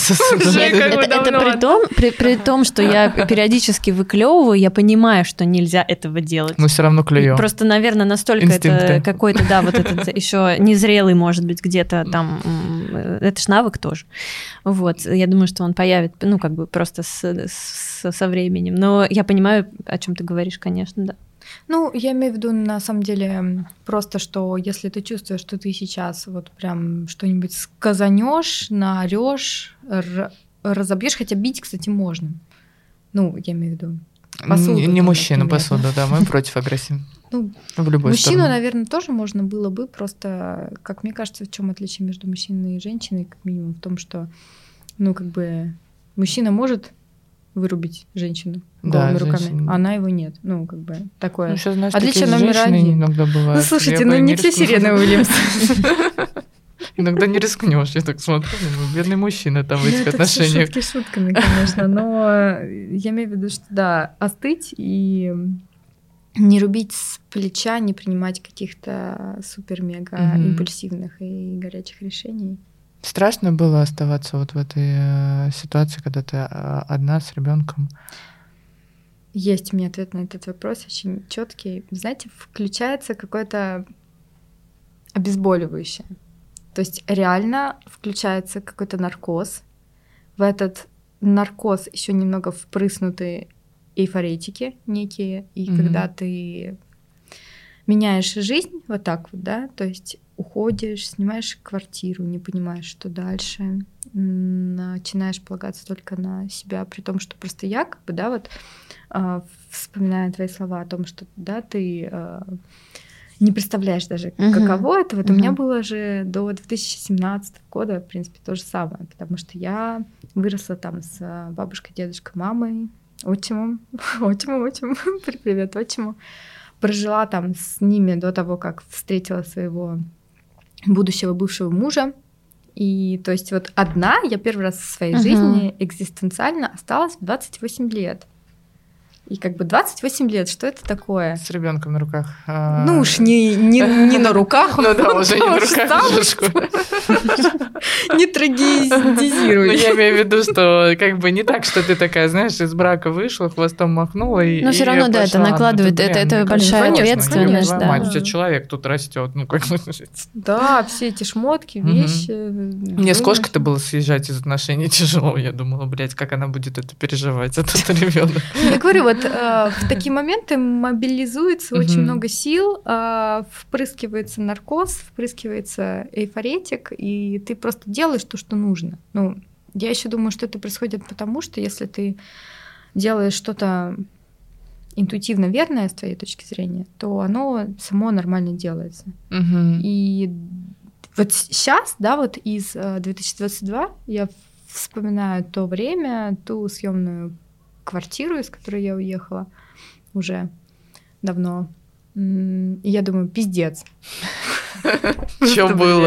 это при том, что я периодически выклевываю, я понимаю, что нельзя этого делать. Мы все равно клюем. Просто, наверное, настолько это какой-то, да, вот этот еще незрелый, может быть, где-то там. Это ж навык тоже. Вот, я думаю, что он появится, ну, как бы просто с, с, со временем. Но я понимаю, о чем ты говоришь, конечно, да. Ну, я имею в виду, на самом деле, просто, что если ты чувствуешь, что ты сейчас вот прям что-нибудь сказанешь, наорешь, разобьешь, хотя бить, кстати, можно. Ну, я имею в виду. Посуду, не не там, мужчину, например. посуду, да, мы против агрессии. Ну, в любой мужчину, сторону. наверное, тоже можно было бы, просто, как мне кажется, в чем отличие между мужчиной и женщиной, как минимум, в том, что, ну, как бы, мужчина может вырубить женщину голыми Да, руками, женщина. а она его нет. Ну, как бы, такое. Ну, сейчас, знаешь, Отличие такие номер женщины один. иногда бывают. Ну, слушайте, Я ну бы не все рискнула. Сирены Уильямс. Иногда не рискнешь, я так смотрю, ну, бедный мужчина там в этих отношениях. Шутки шутками, конечно, но я имею в виду, что да, остыть и не рубить с плеча, не принимать каких-то супер-мега Мгм. импульсивных и горячих решений. Страшно было оставаться вот в этой э, ситуации, когда ты э, одна с ребенком. Есть у меня ответ на этот вопрос, очень четкий. Знаете, включается какое-то обезболивающее. То есть реально включается какой-то наркоз. В этот наркоз еще немного впрыснуты эйфоретики некие. И Мгм. когда ты меняешь жизнь вот так вот, да, то есть уходишь, снимаешь квартиру, не понимаешь, что дальше, м, начинаешь полагаться только на себя, при том, что просто я, как бы, да, вот а, вспоминая твои слова о том, что, да, ты а, не представляешь даже, Мгм. каково это. Вот у Мгм. меня было же до две тысячи семнадцатого года, в принципе, то же самое, потому что я выросла там с а, бабушкой, дедушкой, мамой, отчимом, отчимом, отчимом, привет, отчиму. Прожила там с ними до того, как встретила своего будущего бывшего мужа. И то есть вот одна я первый раз в своей Мгм. жизни экзистенциально осталась в двадцать восемь лет. И как бы двадцать восемь лет, что это такое? С ребенком на руках. А, Ну уж не, не, не на руках, Ну да, он уже не на тоже руках сам, девушку. не Ну, трагедизируй. я имею в виду, что как бы не так, что ты такая, знаешь, из брака вышла, хвостом махнула и. Но и всё равно, да, это пошла. накладывает, Ну, это- блин, это мне большая кажется, ответственность, конечно, да. мать, у тебя человек тут растет, ну как бы. Да, все эти шмотки, Мгм. вещи. Мне с кошкой-то было съезжать из отношений тяжело. Я думала, блядь, как она будет это переживать, этот ребенок. Я говорю, вот э, в такие моменты мобилизуется очень Мгм. много сил, э, впрыскивается наркоз, впрыскивается эйфоретик, и ты просто делаешь то, что нужно. Ну, я еще думаю, что это происходит потому, что если ты делаешь что-то интуитивно верное с твоей точки зрения, то оно само нормально делается. Мгм. И вот сейчас, да, вот из э, две тысячи двадцать два я вспоминаю то время, ту съемную квартиру, из которой я уехала уже давно. М, И я думаю, пиздец. Что было?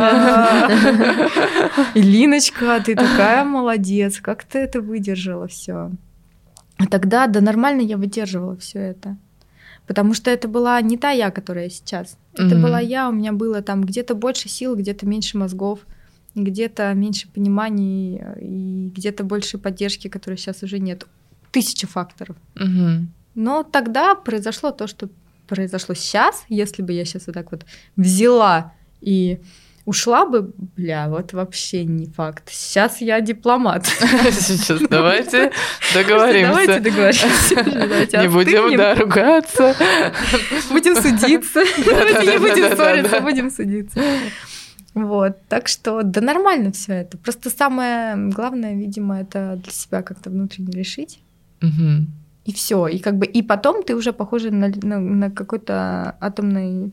Илиночка, ты такая молодец, как ты это выдержала все. А тогда, да нормально я выдерживала все это. Потому что это была не та я, которая сейчас. Это Мгм. была я, у меня было там где-то больше сил, где-то меньше мозгов, где-то меньше пониманий и где-то больше поддержки, которой сейчас уже нет. Тысячи факторов. Мгм. Но тогда произошло то, что произошло сейчас. Если бы я сейчас вот так вот взяла и ушла бы, бля, вот вообще не факт. Сейчас я дипломат. Сейчас давайте договоримся. Давайте договоримся. Давайте Не будем, остынем. да, ругаться. Будем судиться. Давайте не будем Да-да-да-да-да. ссориться, будем судиться. Вот, так что, да нормально все это. Просто самое главное, видимо, это для себя как-то внутренне решить. Мгм. И все. И как бы и потом ты уже похожа на, на, на какой-то атомный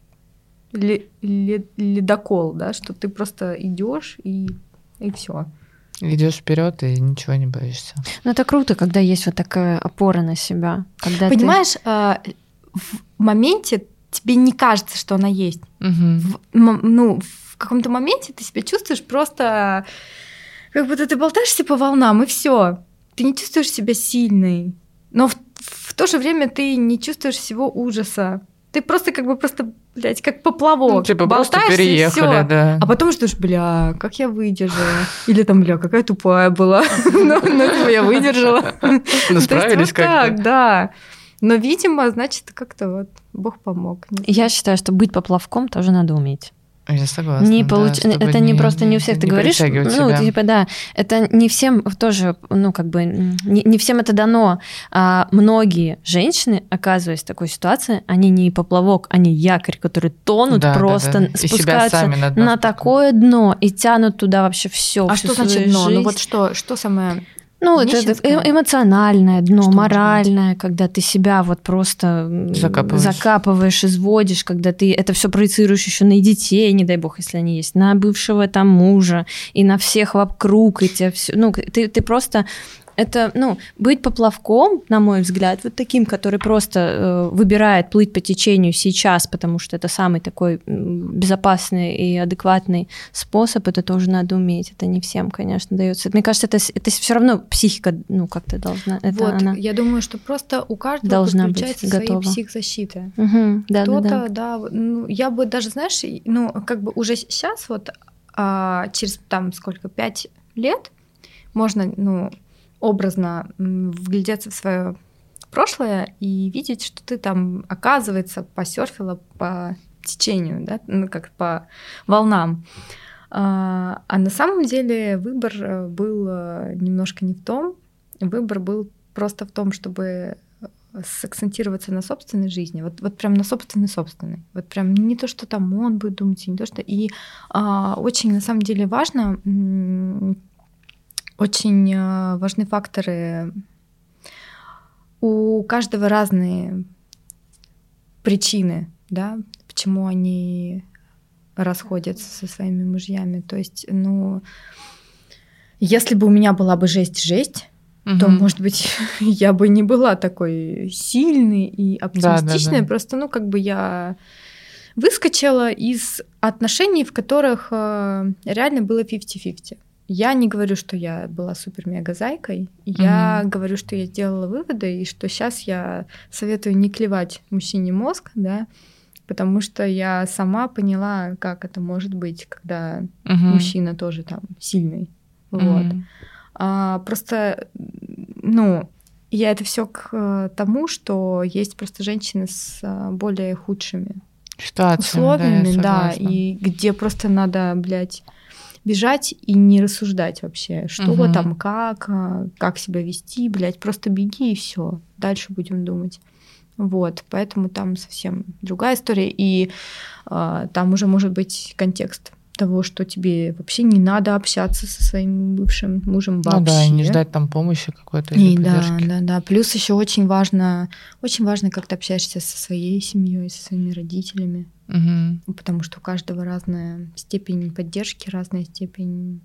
ле- ле- ледокол, да, что ты просто идешь и, и все. Идешь вперед и ничего не боишься. Ну, это круто, когда есть вот такая опора на себя. Когда ты- Понимаешь, а, в моменте тебе не кажется, что она есть. Мгм. В, м- ну, в каком-то моменте ты себя чувствуешь просто, как будто ты болтаешься по волнам, и все. Ты не чувствуешь себя сильной. Но в, в то же время ты не чувствуешь всего ужаса. Ты просто как бы просто, блядь, как поплавок. Ну, типа просто болтаешься, и переехали, всё. да. А потом ждешь, бля, как я выдержала. Или там, бля, какая тупая была. Но типа я выдержала. Ну, То есть справились вот как-то. так, да. Но, видимо, значит, как-то вот Бог помог. Не Я считаю, что быть поплавком тоже надо уметь. Я согласна. Не да, получ- чтобы это не, просто не у всех. Ты не говоришь, притягивать ну, себя. типа, да, это не всем тоже, ну, как бы, не, не всем это дано. А многие женщины, оказываясь в такой ситуации, они не поплавок, они якорь, которые тонут, Да, да, просто да. И себя спускаются сами на дно на спускают. такое дно и тянут туда вообще все. А что значит дно? Ну вот что, что самое... Ну, это, это Нищенское? э- эмоциональное дно, Что может моральное, когда ты себя вот просто м, Закапываешь. закапываешь, изводишь, когда ты это все проецируешь еще на детей, не дай бог, если они есть, на бывшего там мужа и на всех вокруг, и тебя все, ну, ты, ты просто это, ну, быть поплавком, на мой взгляд, вот таким, который просто э, выбирает плыть по течению сейчас, потому что это самый такой м, безопасный и адекватный способ, это тоже надо уметь. Это не всем, конечно, дается. Мне кажется, это, это все равно психика, ну, как-то должна. Это Вот, она... я думаю, что просто у каждого должна быть подключается своя готова. психзащита. Угу, да, Кто-то, да, да. да, ну, я бы даже, знаешь, и- ну, как бы уже сейчас вот а, через там сколько, пять лет можно, ну, образно м, вглядеться в свое прошлое и видеть, что ты там, оказывается, посерфила по течению, да, ну, как по волнам. А, а на самом деле выбор э, был э, немножко не в том. Выбор был просто в том, чтобы сакцентироваться на собственной жизни, вот, вот прям на собственной-собственной. Вот прям не то, что там он будет думать, не то, что... И а, очень, на самом деле, важно, м, очень а, важны факторы. У каждого разные причины, да, почему они расходятся со своими мужьями. То есть, ну, если бы у меня была бы жесть-жесть, то, Мгм. может быть, я бы не была такой сильной и оптимистичной. Да, да, да. Просто, ну, как бы я выскочила из отношений, в которых э, реально было пятьдесят на пятьдесят. Я не говорю, что я была супер-мега-зайкой. Я Мгм. говорю, что я сделала выводы, и что сейчас я советую не клевать мужчине мозг, да, потому что я сама поняла, как это может быть, когда Мгм. мужчина тоже там сильный. Вот. Мгм. А, просто, ну, я это все к э, тому, что есть просто женщины с а, более худшими Ситуациями, условиями, да, я да, согласна. и где просто надо, блядь, бежать и не рассуждать вообще, что Мгм. там, как, а, как себя вести, блядь, просто беги и все, дальше будем думать. Вот, поэтому там совсем другая история, и а, там уже может быть контекст того, что тебе вообще не надо общаться со своим бывшим мужем вообще. Ну да, и не ждать там помощи какой-то И или да, поддержки. да, да. Плюс еще очень важно, очень важно, как ты общаешься со своей семьей, со своими родителями, Мгм. потому что у каждого разная степень поддержки, разная степень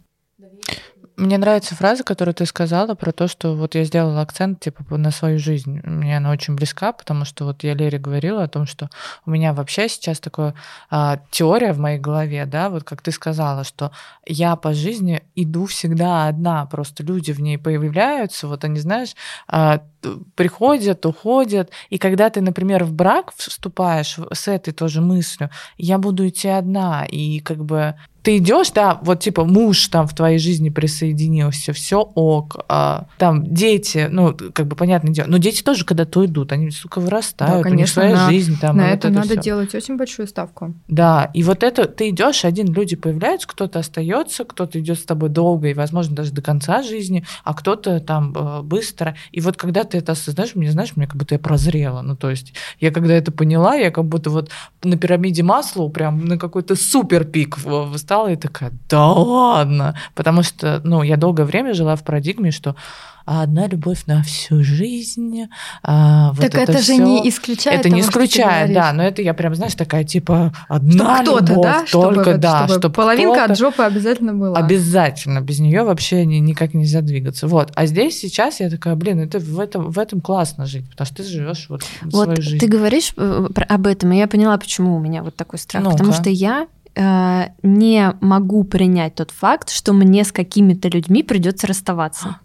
Мне нравится фраза, которую ты сказала про то, что вот я сделала акцент типа на свою жизнь. Мне она очень близка, потому что вот я Лере говорила о том, что у меня вообще сейчас такая а, теория в моей голове, да, вот как ты сказала, что я по жизни иду всегда одна, просто люди в ней появляются, вот они, знаешь, а, приходят, уходят, и когда ты, например, в брак вступаешь с этой тоже мыслью, я буду идти одна, и как бы ты идешь, да, вот типа муж там в твоей жизни присоединился, все ок, а, там дети, ну, как бы понятное дело, но дети тоже когда-то идут, они, сука, вырастают, да, конечно, у них своя на, жизнь там. На вот это, это надо всё. делать очень большую ставку. Да, и вот это, ты идешь, один, люди появляются, кто-то остается, кто-то идет с тобой долго и, возможно, даже до конца жизни, а кто-то там быстро. И вот когда ты это осознаешь, мне, знаешь, мне как будто я прозрела, ну, то есть я когда это поняла, я как будто вот на пирамиде Маслоу прям на какой-то супер пик встала и такая, да ладно, потому что, ну, я долгое время жила в парадигме, что одна любовь на всю жизнь. А, вот так это, это же всё. не исключает. Это того, не исключает, да, но это я прям, знаешь, такая типа одна чтобы любовь, да, только чтобы, да, чтобы, чтобы половинка от жопы обязательно была. Обязательно, без нее вообще ни, никак нельзя двигаться. Вот, а здесь сейчас я такая, блин, это в этом в этом классно жить, потому что ты живешь вот, вот свою жизнь. Ты говоришь об этом, и я поняла, почему у меня вот такой страх, Ну-ка. потому что я э, не могу принять тот факт, что мне с какими-то людьми придется расставаться.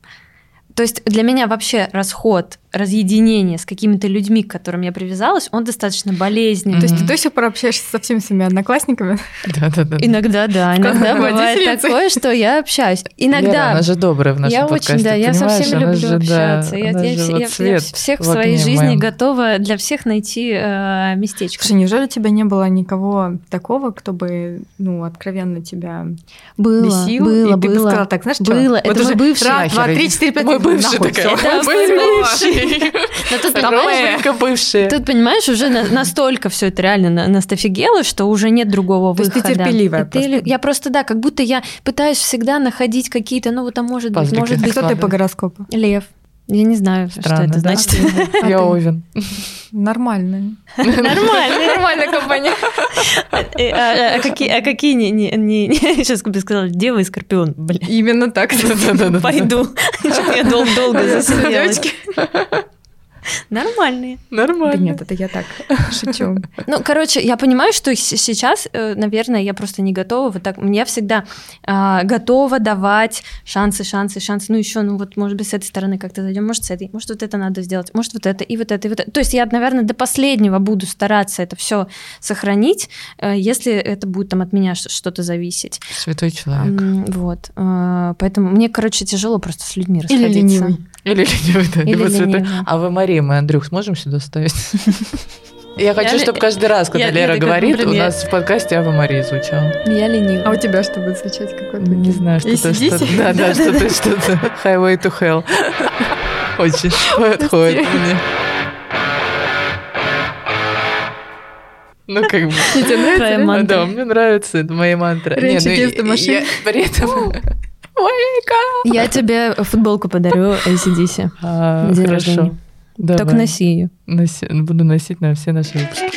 То есть для меня вообще расход, разъединение с какими-то людьми, к которым я привязалась, он достаточно болезненный. Mm-hmm. То есть ты до сих пор общаешься со всеми своими одноклассниками? Да-да-да. Иногда, да. Иногда бывает такое, что я общаюсь. Иногда. Лера, она же добрая в нашем я подкасте, очень, да, я со всеми люблю же, общаться. Да, я, я, же я, вот я, я всех в своей жизни моем. готова для всех найти э, местечко. Слушай, неужели у тебя не было никого такого, кто бы, ну, откровенно тебя было, бесил? Было, и ты было. бы сказала, так, знаешь, что? Было. Вот Это мой бывший. Раз, два, три, четыре, пять. Мой бывший такая. Бывший. Только бывшие. Тут, понимаешь, уже настолько все это реально настофигело, что уже нет другого выхода. То есть ты терпеливая просто. Я просто, да, как будто я пытаюсь всегда находить какие-то, ну вот, а может быть, может быть. Кто ты по гороскопу? Лев. Я не знаю, Странно, что это да? значит. Я Овен. Нормальная. Нормальная. Нормальная компания. А какие не... Сейчас бы сказала, Дева и Скорпион. Именно так. Пойду. Я долго засиделась. Нормальные. Нормально. Да нет, это я так шучу. Ну, короче, я понимаю, что сейчас, наверное, я просто не готова. Вот так. Я всегда а, готова давать шансы, шансы, шансы. Ну, еще, ну, вот, может быть, с этой стороны как-то зайдем, может, с этой, может, вот это надо сделать, может, вот это, и вот это, и вот это. То есть я, наверное, до последнего буду стараться это все сохранить, если это будет там от меня что-то зависеть. Святой человек. Вот. Поэтому мне, короче, тяжело просто с людьми расходиться. Или ленивый. Или ленивый, да. Или ленивый. А вы, Мария, мы Андрюх сможем сюда ставить? Я хочу, чтобы каждый раз, когда Лера говорит, у нас в подкасте Ава Мария звучала. Я ленивая. А у тебя что будет звучать? Какой-то? Не знаю, что-то, что-то. Да, да, что-то, что-то. Highway to Hell. Очень подходит мне. Ну, как бы... Тебе нравится? Да, мне нравится, это моя мантра. Раньше вместо машин. При этом... Я тебе футболку подарю эй си ди си. А, хорошо. Давай. Только носи ее. Носи, буду носить на все наши выпуски.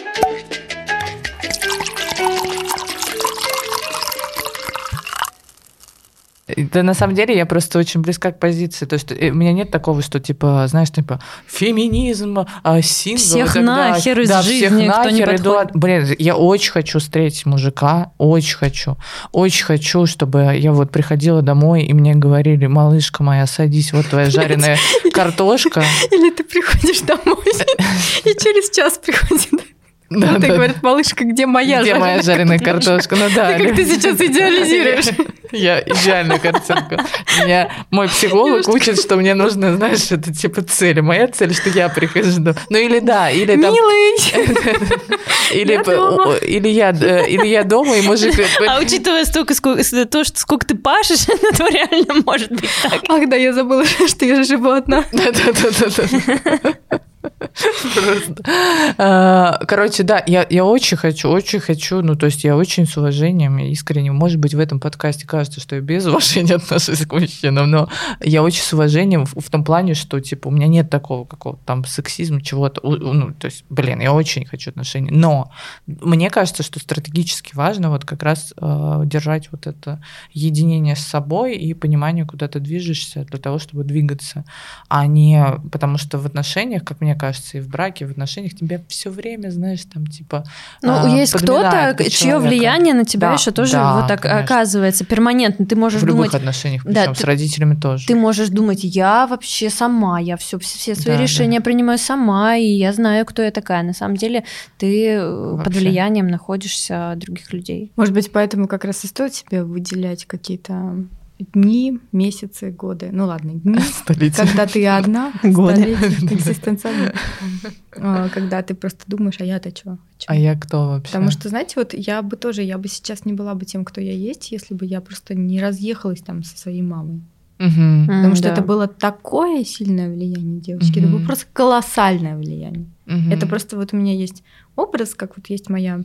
Да, на самом деле, я просто очень близка к позиции. То есть у меня нет такого, что, типа, знаешь, типа, феминизм, сингл. Всех нахер из да, жизни, всех кто не нахер подходит. иду. Блин, я очень хочу встретить мужика, очень хочу. Очень хочу, чтобы я вот приходила домой, и мне говорили, малышка моя, садись, вот твоя жареная картошка. Или ты приходишь домой, и через час приходит... Да, ты говоришь, малышка, где моя где жареная моя жареная картошка? Ну да. Ты как ты сейчас идеализируешь. Я идеальная картинка. Меня мой психолог учит, что мне нужно, знаешь, это типа цель. Моя цель, что я прихожу. Ну или да, или там... Милый! Или, или, я, или я дома, и мужик... А учитывая столько, сколько, то, что сколько ты пашешь, это реально может быть так. Ах да, я забыла, что я живу одна. Да-да-да-да. Короче, да, я, я очень хочу, очень хочу, ну, то есть я очень с уважением, искренне, может быть, в этом подкасте кажется, что я без уважения отношусь к мужчинам, но я очень с уважением в, в том плане, что, типа, у меня нет такого какого-то там сексизма, чего-то, ну, то есть, блин, я очень хочу отношений, но мне кажется, что стратегически важно вот как раз э, держать вот это единение с собой и понимание, куда ты движешься для того, чтобы двигаться, а не потому что в отношениях, как мне кажется, и в браке, в отношениях тебе все время, знаешь, там типа ну, э, есть кто-то, чье влияние на тебя да, еще тоже да, вот так конечно. Оказывается перманентно. Ты можешь в думать... любых отношениях, причем да, с родителями тоже. Ты можешь думать, я вообще сама, я все, все свои да, решения да. принимаю сама, и я знаю, кто я такая. На самом деле ты вообще. Под влиянием находишься других людей. Может быть, поэтому как раз и стоит себе выделять какие-то дни, месяцы, годы. Ну ладно, дни, столетия. Когда ты одна, годы экзистенциально. Когда ты просто думаешь, а я-то что? А я кто вообще? Потому что, знаете, вот я бы тоже, я бы сейчас не была бы тем, кто я есть, если бы я просто не разъехалась там со своей мамой. Угу. Потому mm, что да. это было такое сильное влияние девочки, угу. это было просто колоссальное влияние. Угу. Это просто вот у меня есть образ, как вот есть моя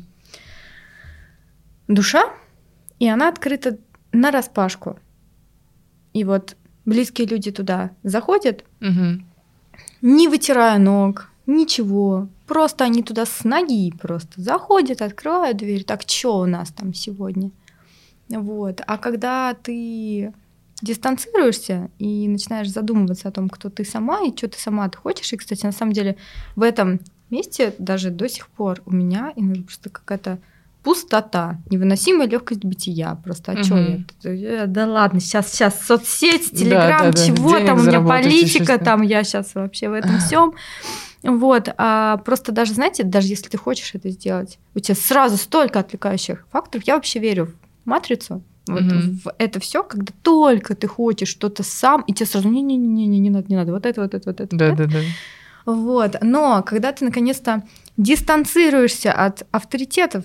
душа, и она открыта нараспашку. И вот близкие люди туда заходят, угу. не вытирая ног, ничего. Просто они туда с ноги просто заходят, открывают дверь. Так, что у нас там сегодня? Вот. А когда ты дистанцируешься и начинаешь задумываться о том, кто ты сама и что ты сама ты хочешь. И, кстати, на самом деле в этом месте даже до сих пор у меня иногда просто какая-то пустота, невыносимая легкость бытия. Просто, а угу. что я? Да ладно, сейчас, сейчас соцсеть, Телеграм, да, да, чего да. там, у меня политика, там я сейчас вообще в этом всем. Вот, а просто даже, знаете, даже если ты хочешь это сделать, у тебя сразу столько отвлекающих факторов. Я вообще верю в матрицу, вот mm-hmm. в это все, когда только ты хочешь что-то сам, и тебе сразу не-не-не, не надо, не надо, вот это, вот это, вот это. Да, да, да. Вот, но когда ты наконец-то дистанцируешься от авторитетов,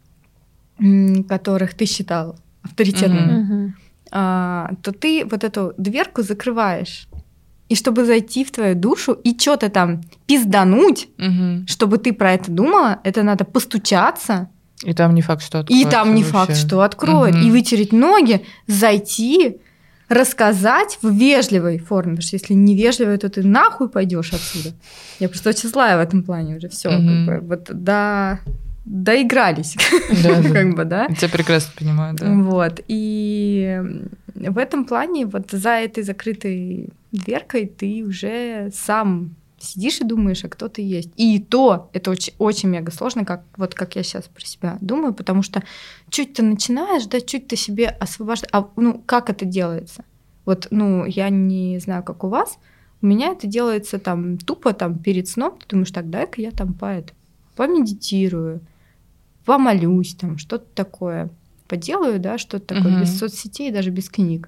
которых ты считал авторитетными, mm-hmm. то ты вот эту дверку закрываешь. И чтобы зайти в твою душу и что-то там пиздануть, угу. чтобы ты про это думала, это надо постучаться. И там не факт, что откроет. И там не вообще. Факт, что откроет. Угу. И вытереть ноги, зайти, рассказать в вежливой форме. Потому что если невежливо, то ты нахуй пойдешь отсюда. Я просто очень злая в этом плане уже. Все, угу. как бы, вот да. Доигрались, да, как бы, да. Я тебя прекрасно понимаю, да. Вот, и в этом плане вот за этой закрытой дверкой ты уже сам сидишь и думаешь, а кто ты есть. И то это очень, очень мега сложно, как, вот как я сейчас про себя думаю, потому что чуть ты начинаешь, да, чуть ты себе освобождаешь. А ну, как это делается? Вот, ну, я не знаю, как у вас, у меня это делается там тупо там перед сном, ты думаешь, так, дай-ка я там по это, помедитирую, помолюсь, там, что-то такое поделаю, да, что-то такое, uh-huh. без соцсетей, даже без книг.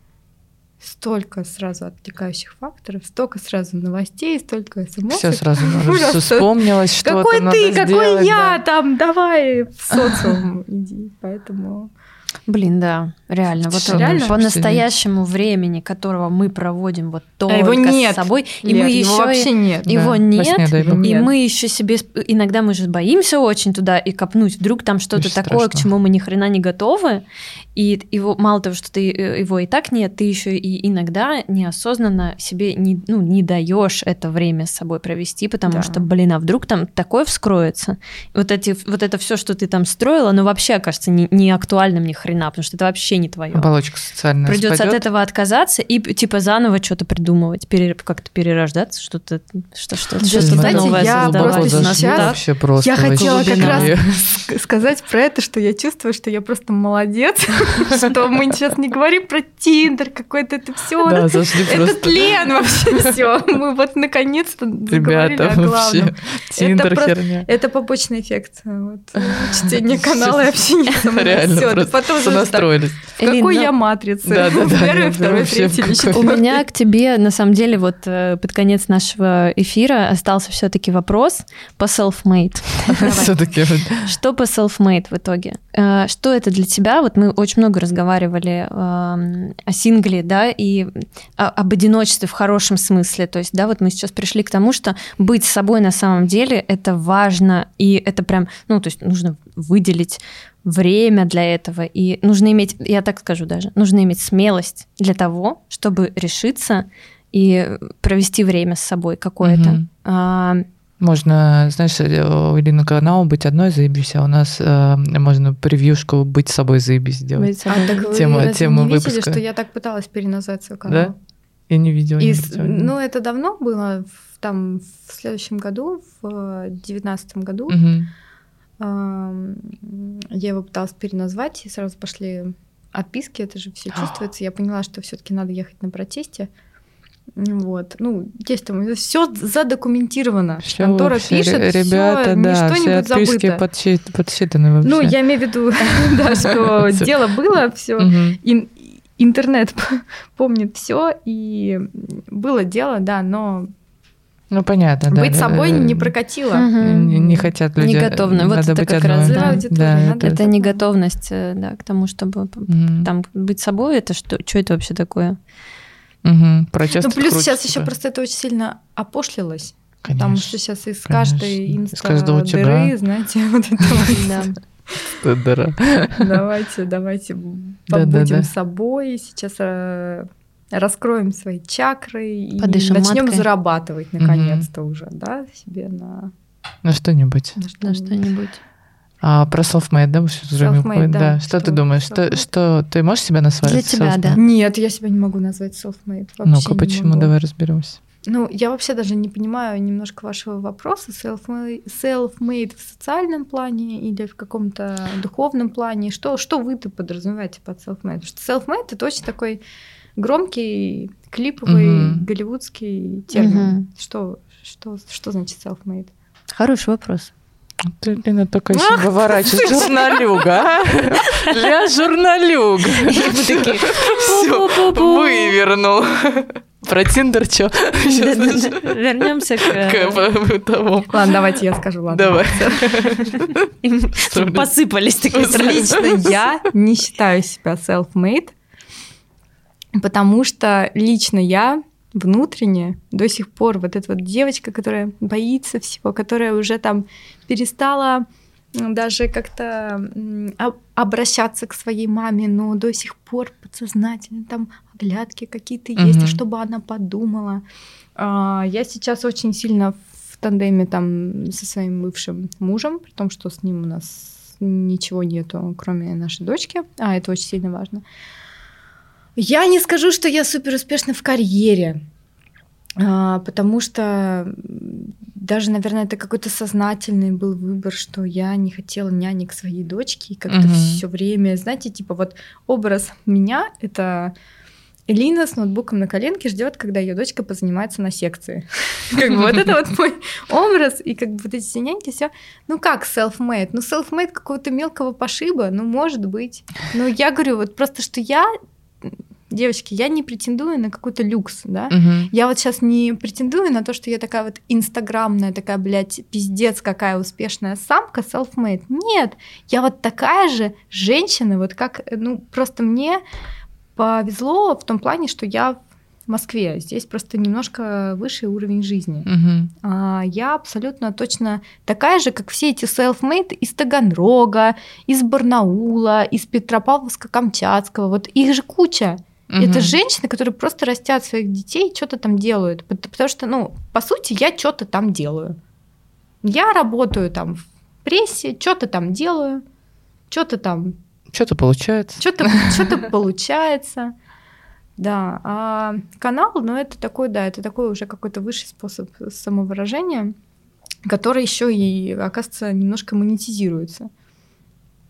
Столько сразу отвлекающих факторов, столько сразу новостей, столько смс. Все сразу вспомнилось, что-то какой надо ты, сделать, какой я, да. там, давай в социум иди, поэтому... Блин, да, реально. Вот реально? По настоящему времени, которого мы проводим вот только а его нет. с собой, и Лер, мы его еще вообще нет. Его да. нет, сне, и нет. Мы еще себе иногда мы же боимся очень туда и копнуть, вдруг там что-то очень такое, страшно. К чему мы ни хрена не готовы, и его мало того, что ты его и так нет, ты еще и иногда неосознанно себе не ну не даешь это время с собой провести, потому да. что, блин, а вдруг там такое вскроется, вот эти вот это все, что ты там строила, оно вообще окажется не, не актуальным ни хрена, потому что это вообще не твое. Оболочка социальная Придется спадет. От этого отказаться и типа заново что-то придумывать, пере, как-то перерождаться, что-то, что, что, да, что-то знаете, новое я создавать. Просто сейчас просто я хотела как глубине. раз сказать про это, что я чувствую, что я просто молодец, что мы сейчас не говорим про Тиндер, какой-то это все. Да, зашли это просто. тлен вообще все. Мы вот наконец-то заговорили о главном. Тиндер херня. Это побочный эффект чтения канала и общения со мной. Реально, потом тоже сонастроились. В какой я матрице? Первый, второй, третий. У меня к тебе, на самом деле, вот под конец нашего эфира остался все-таки вопрос по self-made. Все-таки. Что по self-made в итоге? Что это для тебя? Вот мы очень много разговаривали о сингле, да, и об одиночестве в хорошем смысле. То есть, да, вот мы сейчас пришли к тому, что быть собой на самом деле это важно, и это прям, ну, то есть нужно выделить время для этого, и нужно иметь, я так скажу даже, нужно иметь смелость для того, чтобы решиться и провести время с собой какое-то. Угу. А... Можно, знаешь, у Илины канал быть одной заебись, а у нас э, можно превьюшку быть собой заебись сделать. А так вы тема, разве тема не видели, выпуска. что я так пыталась переназвать свой канал? Да? Я не видела. И, не ну, это давно было, в, там, в следующем году, в девятнадцатом году. Угу. Я его пыталась переназвать, и сразу пошли отписки, это же все чувствуется. Я поняла, что все-таки надо ехать на протесте. Вот. Ну, есть там все задокументировано. Всё Контора вообще, пишет, ребята, всё, да, ничто все не будет отписки забыто. подсчит, подсчитаны вообще. Ну, я имею в виду, да, что дело было, все. Интернет помнит все, и было дело, да, но ну, понятно, да. быть собой не прокатило. Не, не хотят люди. Не готовны. Вот надо это быть как одной. раз, да. да. Аудитория, Да, надо это- Это не готовность, да, к тому, чтобы Мгм. там быть собой. Это что? Что это вообще такое? Мгм. Протест Ну, плюс круче, сейчас еще типа. просто это очень сильно опошлилось. Конечно. Потому что сейчас из конечно. каждой Из каждого инста дыры, утюга. знаете, вот это вот. Да. Это дыра. Давайте, давайте Да-да-да. побудем собой. Сейчас э, раскроем свои чакры и Подышим начнем маткой. зарабатывать наконец-то уже, да, себе на, Ну, что-нибудь. на На что-нибудь. что-нибудь. А про self-made, да, мы сейчас уже Self-made, выходим? да. Да. Что, Что ты думаешь? Что, self-made? что ты можешь себя назвать? Для тебя, self-made? да. Нет, я себя не могу назвать self-made. Вообще Ну-ка, не почему? могу. Давай разберемся. Ну, я вообще даже не понимаю немножко вашего вопроса. Self-made, self-made в социальном плане или в каком-то духовном плане? Что, что вы-то подразумеваете под self-made? Потому что self-made — это очень такой громкий, клиповый, Мгм. голливудский термин. Мгм. Что, что, что значит self-made? Хороший вопрос. Ты, Лена, только еще выворачиваешь. Журналюга, а? Я журналюга. Все, вывернул. Про Тиндер что? Вернемся к... К тому. Ладно, давайте я скажу, ладно. Давай. Посыпались такие сразу. Лично я не считаю себя self-made, потому что лично я внутренне до сих пор вот эта вот девочка, которая боится всего, которая уже там перестала даже как-то м, об- обращаться к своей маме, но до сих пор подсознательно там оглядки какие-то есть, Мгм. а чтобы она подумала. А, Я сейчас очень сильно в тандеме там со своим бывшим мужем, при том, что с ним у нас ничего нету, кроме нашей дочки, а это очень сильно важно. Я не скажу, что я супер успешна в карьере, а, потому что даже, наверное, это какой-то сознательный был выбор, что я не хотела нянек своей дочки, и как-то Мгм. все время, знаете, типа вот образ меня — это Элина с ноутбуком на коленке ждет, когда ее дочка позанимается на секции. Как бы вот это вот мой образ, и как бы вот эти все няньки, все. Ну как self-made? Ну self-made какого-то мелкого пошиба, ну может быть. Но я говорю вот просто, что я, девочки, я не претендую на какой-то люкс, да? Мгм. Я вот сейчас не претендую на то, что я такая вот инстаграмная, такая, блядь, пиздец, какая успешная самка, self-made. Нет, я вот такая же женщина, вот как, ну, просто мне повезло в том плане, что я в Москве. Здесь просто немножко выше уровень жизни. Мгм. А я абсолютно точно такая же, как все эти self-made из Таганрога, из Барнаула, из Петропавловска-Камчатского. Вот их же куча. Это Мгм. женщины, которые просто растят своих детей, что-то там делают. Пот- Потому что, ну, по сути, я что-то там делаю. Я работаю там в прессе, что-то там делаю, что-то там, Что-то получается. что-то что-то получается. Да, а канал, ну, это такой, да, это такой уже какой-то высший способ самовыражения, который еще и, оказывается, немножко монетизируется.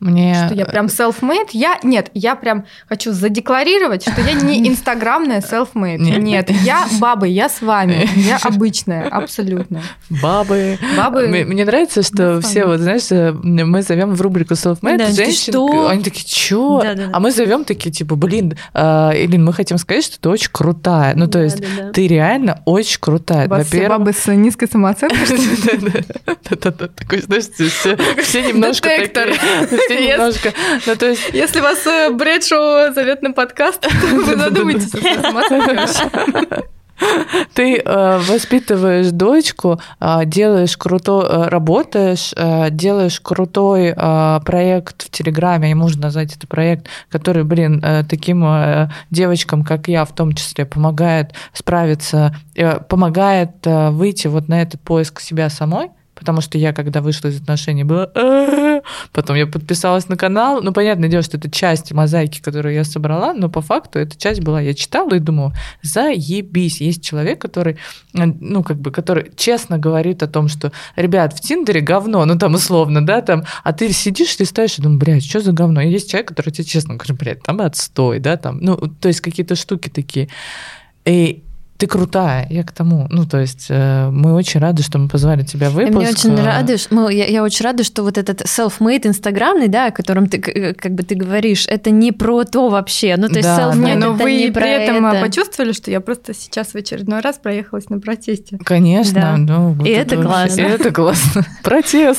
Мне... Что я прям self-made. Я... Нет, я прям хочу задекларировать, что я не инстаграмная self-made. Нет. Нет, я бабы, я с вами. Я обычная, абсолютно. Бабы. Бабы. Мне, мне нравится, что все, вот, знаешь, мы зовем в рубрику self-made да, женщин. что? Они такие, чё? Да, да, да. А мы зовем такие, типа, блин, э, Элин, мы хотим сказать, что ты очень крутая. Ну, то Да, есть, да, да. ты реально очень крутая. У вас все Во-первых... бабы с низкой самооценкой, что ли? Да-да-да. Такой, знаешь, все немножко Детектор. такие. Все немножко. Ну, то есть... Если вас Брэдшоу зовет на подкаст, вы задумайтесь о своей самооценке вообще. Ты э, воспитываешь дочку, э, делаешь крутой, э, работаешь, э, делаешь крутой э, проект в Телеграме, и можно назвать это проект, который, блин, э, таким э, девочкам, как я, в том числе, помогает справиться, э, помогает э, выйти вот на этот поиск себя самой. Потому что я, когда вышла из отношений, была... Потом я подписалась на канал. Ну, понятное дело, что это часть мозаики, которую я собрала, но по факту эта часть была... Я читала и думала, заебись. Есть человек, который, ну, как бы, который честно говорит о том, что, ребят, в Тиндере говно, ну, там, условно, да, там, а ты сидишь, листаешь и думаешь, блядь, что за говно? И есть человек, который тебе честно говорит, блядь, там отстой, да, там, ну, то есть какие-то штуки такие. И ты крутая, я к тому. Ну, то есть э, мы очень рады, что мы позвали тебя в выпуск. И мне очень рада, что, ну, я, я очень рада, что вот этот self-made инстаграмный, да, о котором ты, как бы ты говоришь, это не про то вообще. Ну, то есть да, self-made не, но это вы не при про этом это. почувствовали, что я просто сейчас в очередной раз проехалась на протесте. Конечно. Да. Ну, вот и это, это классно. И это классно. Протест.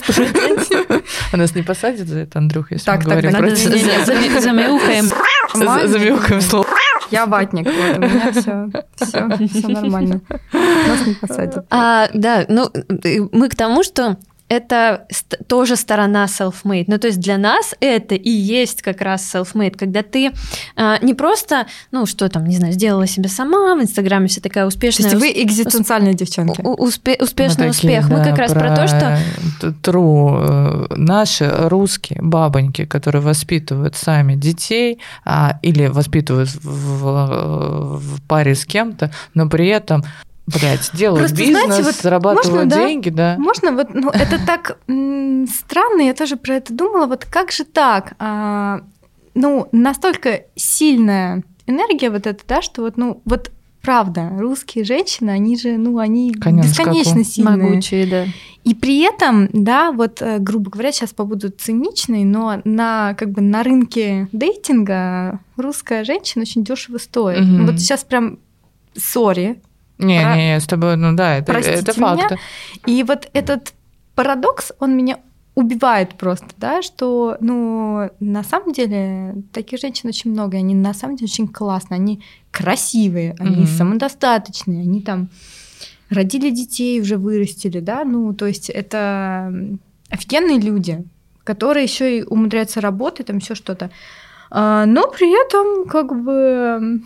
А нас не посадят за это, Андрюх, если мы говорим протест. Замяукаем. Замяукаем слово. Я ватник, вот, у меня все, все, все нормально. Нас не посадят. А, да, ну, мы к тому, что это тоже сторона self-made. Ну, то есть для нас это и есть как раз self-made, когда ты а, не просто, ну, что там, не знаю, сделала себе сама, в Инстаграме вся такая успешная... То есть вы экзистенциальные девчонки. Успе- успешный мы такие, успех. Да, мы как раз про, про то, что... True. Наши русские бабоньки, которые воспитывают сами детей а, или воспитывают в, в, в паре с кем-то, но при этом... Блять, делают Просто, бизнес, знаете, вот зарабатывают можно, деньги, да? да. Можно вот, ну, это так м- странно, я тоже про это думала, вот как же так? А, ну, настолько сильная энергия вот эта, да, что вот, ну, вот правда, русские женщины, они же, ну, они Конец бесконечно скаку. сильные. Могучие, да. И при этом, да, вот, грубо говоря, сейчас побуду циничной, но на, как бы, на рынке дейтинга русская женщина очень дешево стоит. Угу. Вот сейчас прям, сори, Не, Про... не, с тобой, ну да, это, это факт. И вот этот парадокс, он меня убивает просто, да, что, ну, на самом деле таких женщин очень много, они на самом деле очень классные, они красивые, они mm-hmm. самодостаточные, они там родили детей, уже вырастили, да, ну, то есть это офигенные люди, которые еще и умудряются работать, там еще что-то, но при этом как бы...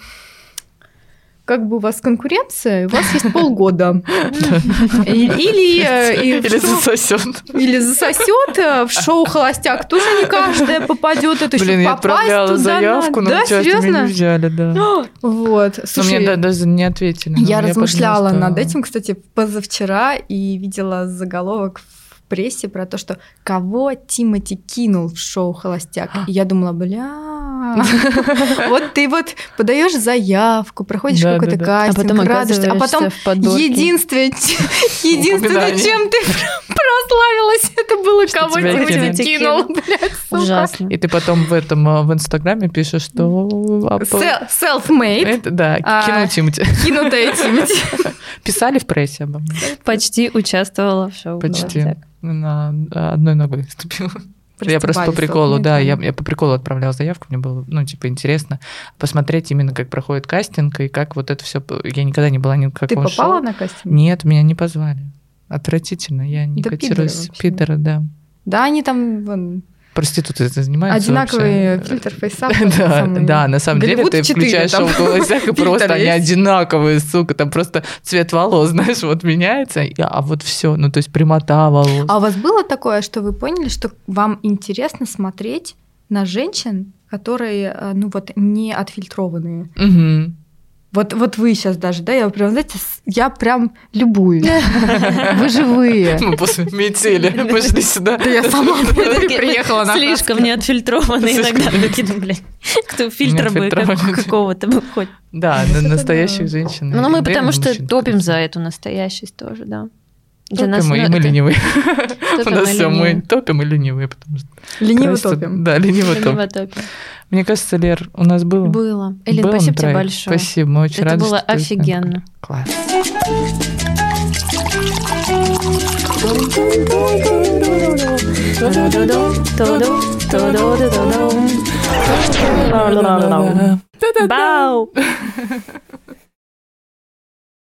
как бы у вас конкуренция, у вас есть полгода. Или Или засосет. Или засосет. В шоу «Холостяк» тоже не каждая попадет. Это Блин, я отправляла заявку, но участие меня не взяли, да. Вот. Слушай, мне даже не ответили. Я размышляла над этим, кстати, позавчера и видела заголовок в прессе про то, что кого Тимати кинул в шоу «Холостяк». И я думала, бля, вот ты вот подаешь заявку, проходишь да, какой-то да, да. кастинг, а потом радуешься, а потом единственное, единственное, чем ты прославилась, это было кого Тимати кинул, блядь, сука. Ужасно. И ты потом в этом в Инстаграме пишешь, что... Self-made. Да, кинул Тимати. Кинутая Тимати. Писали в прессе об этом? Почти участвовала в шоу. Почти. На одной ногой ступила. Я просто по приколу, да, я, я по приколу отправляла заявку, мне было, ну, типа, интересно посмотреть именно, как проходит кастинг и как вот это все. Я никогда не была ни в каком шоу. Ты попала на кастинг? Нет, меня не позвали. Отвратительно, я не да котируюсь. Пидоры, да. Да, они там... Вон... Проституты это занимаются. Одинаковые вообще. фильтр фейсап. Да, да, на самом деле ты включаешь шоу «Холостяк», и просто они одинаковые, сука, там просто цвет волос, знаешь, вот меняется, а вот все, ну то есть прямота волос. А у вас было такое, что вы поняли, что вам интересно смотреть на женщин, которые, ну вот, не отфильтрованные? Угу. Вот, вот вы сейчас даже, да, я прям, знаете, я прям любуюсь. Вы живые. Мы после метели пошли сюда. Да я сама приехала на Слишком неотфильтрованные иногда. Такие, ну, блядь, кто фильтра бы какого-то бы хоть. Да, настоящих женщин. Ну, мы потому что топим за эту настоящесть тоже, да. Топим мы, и мы ленивые. У нас все, мы топим и ленивые, потому что... Лениво топим. Да, лениво топим. Мне кажется, Лер, у нас было... Было. Элин, спасибо тебе большое. Спасибо, мы очень рады. Это было офигенно. Класс. Бау!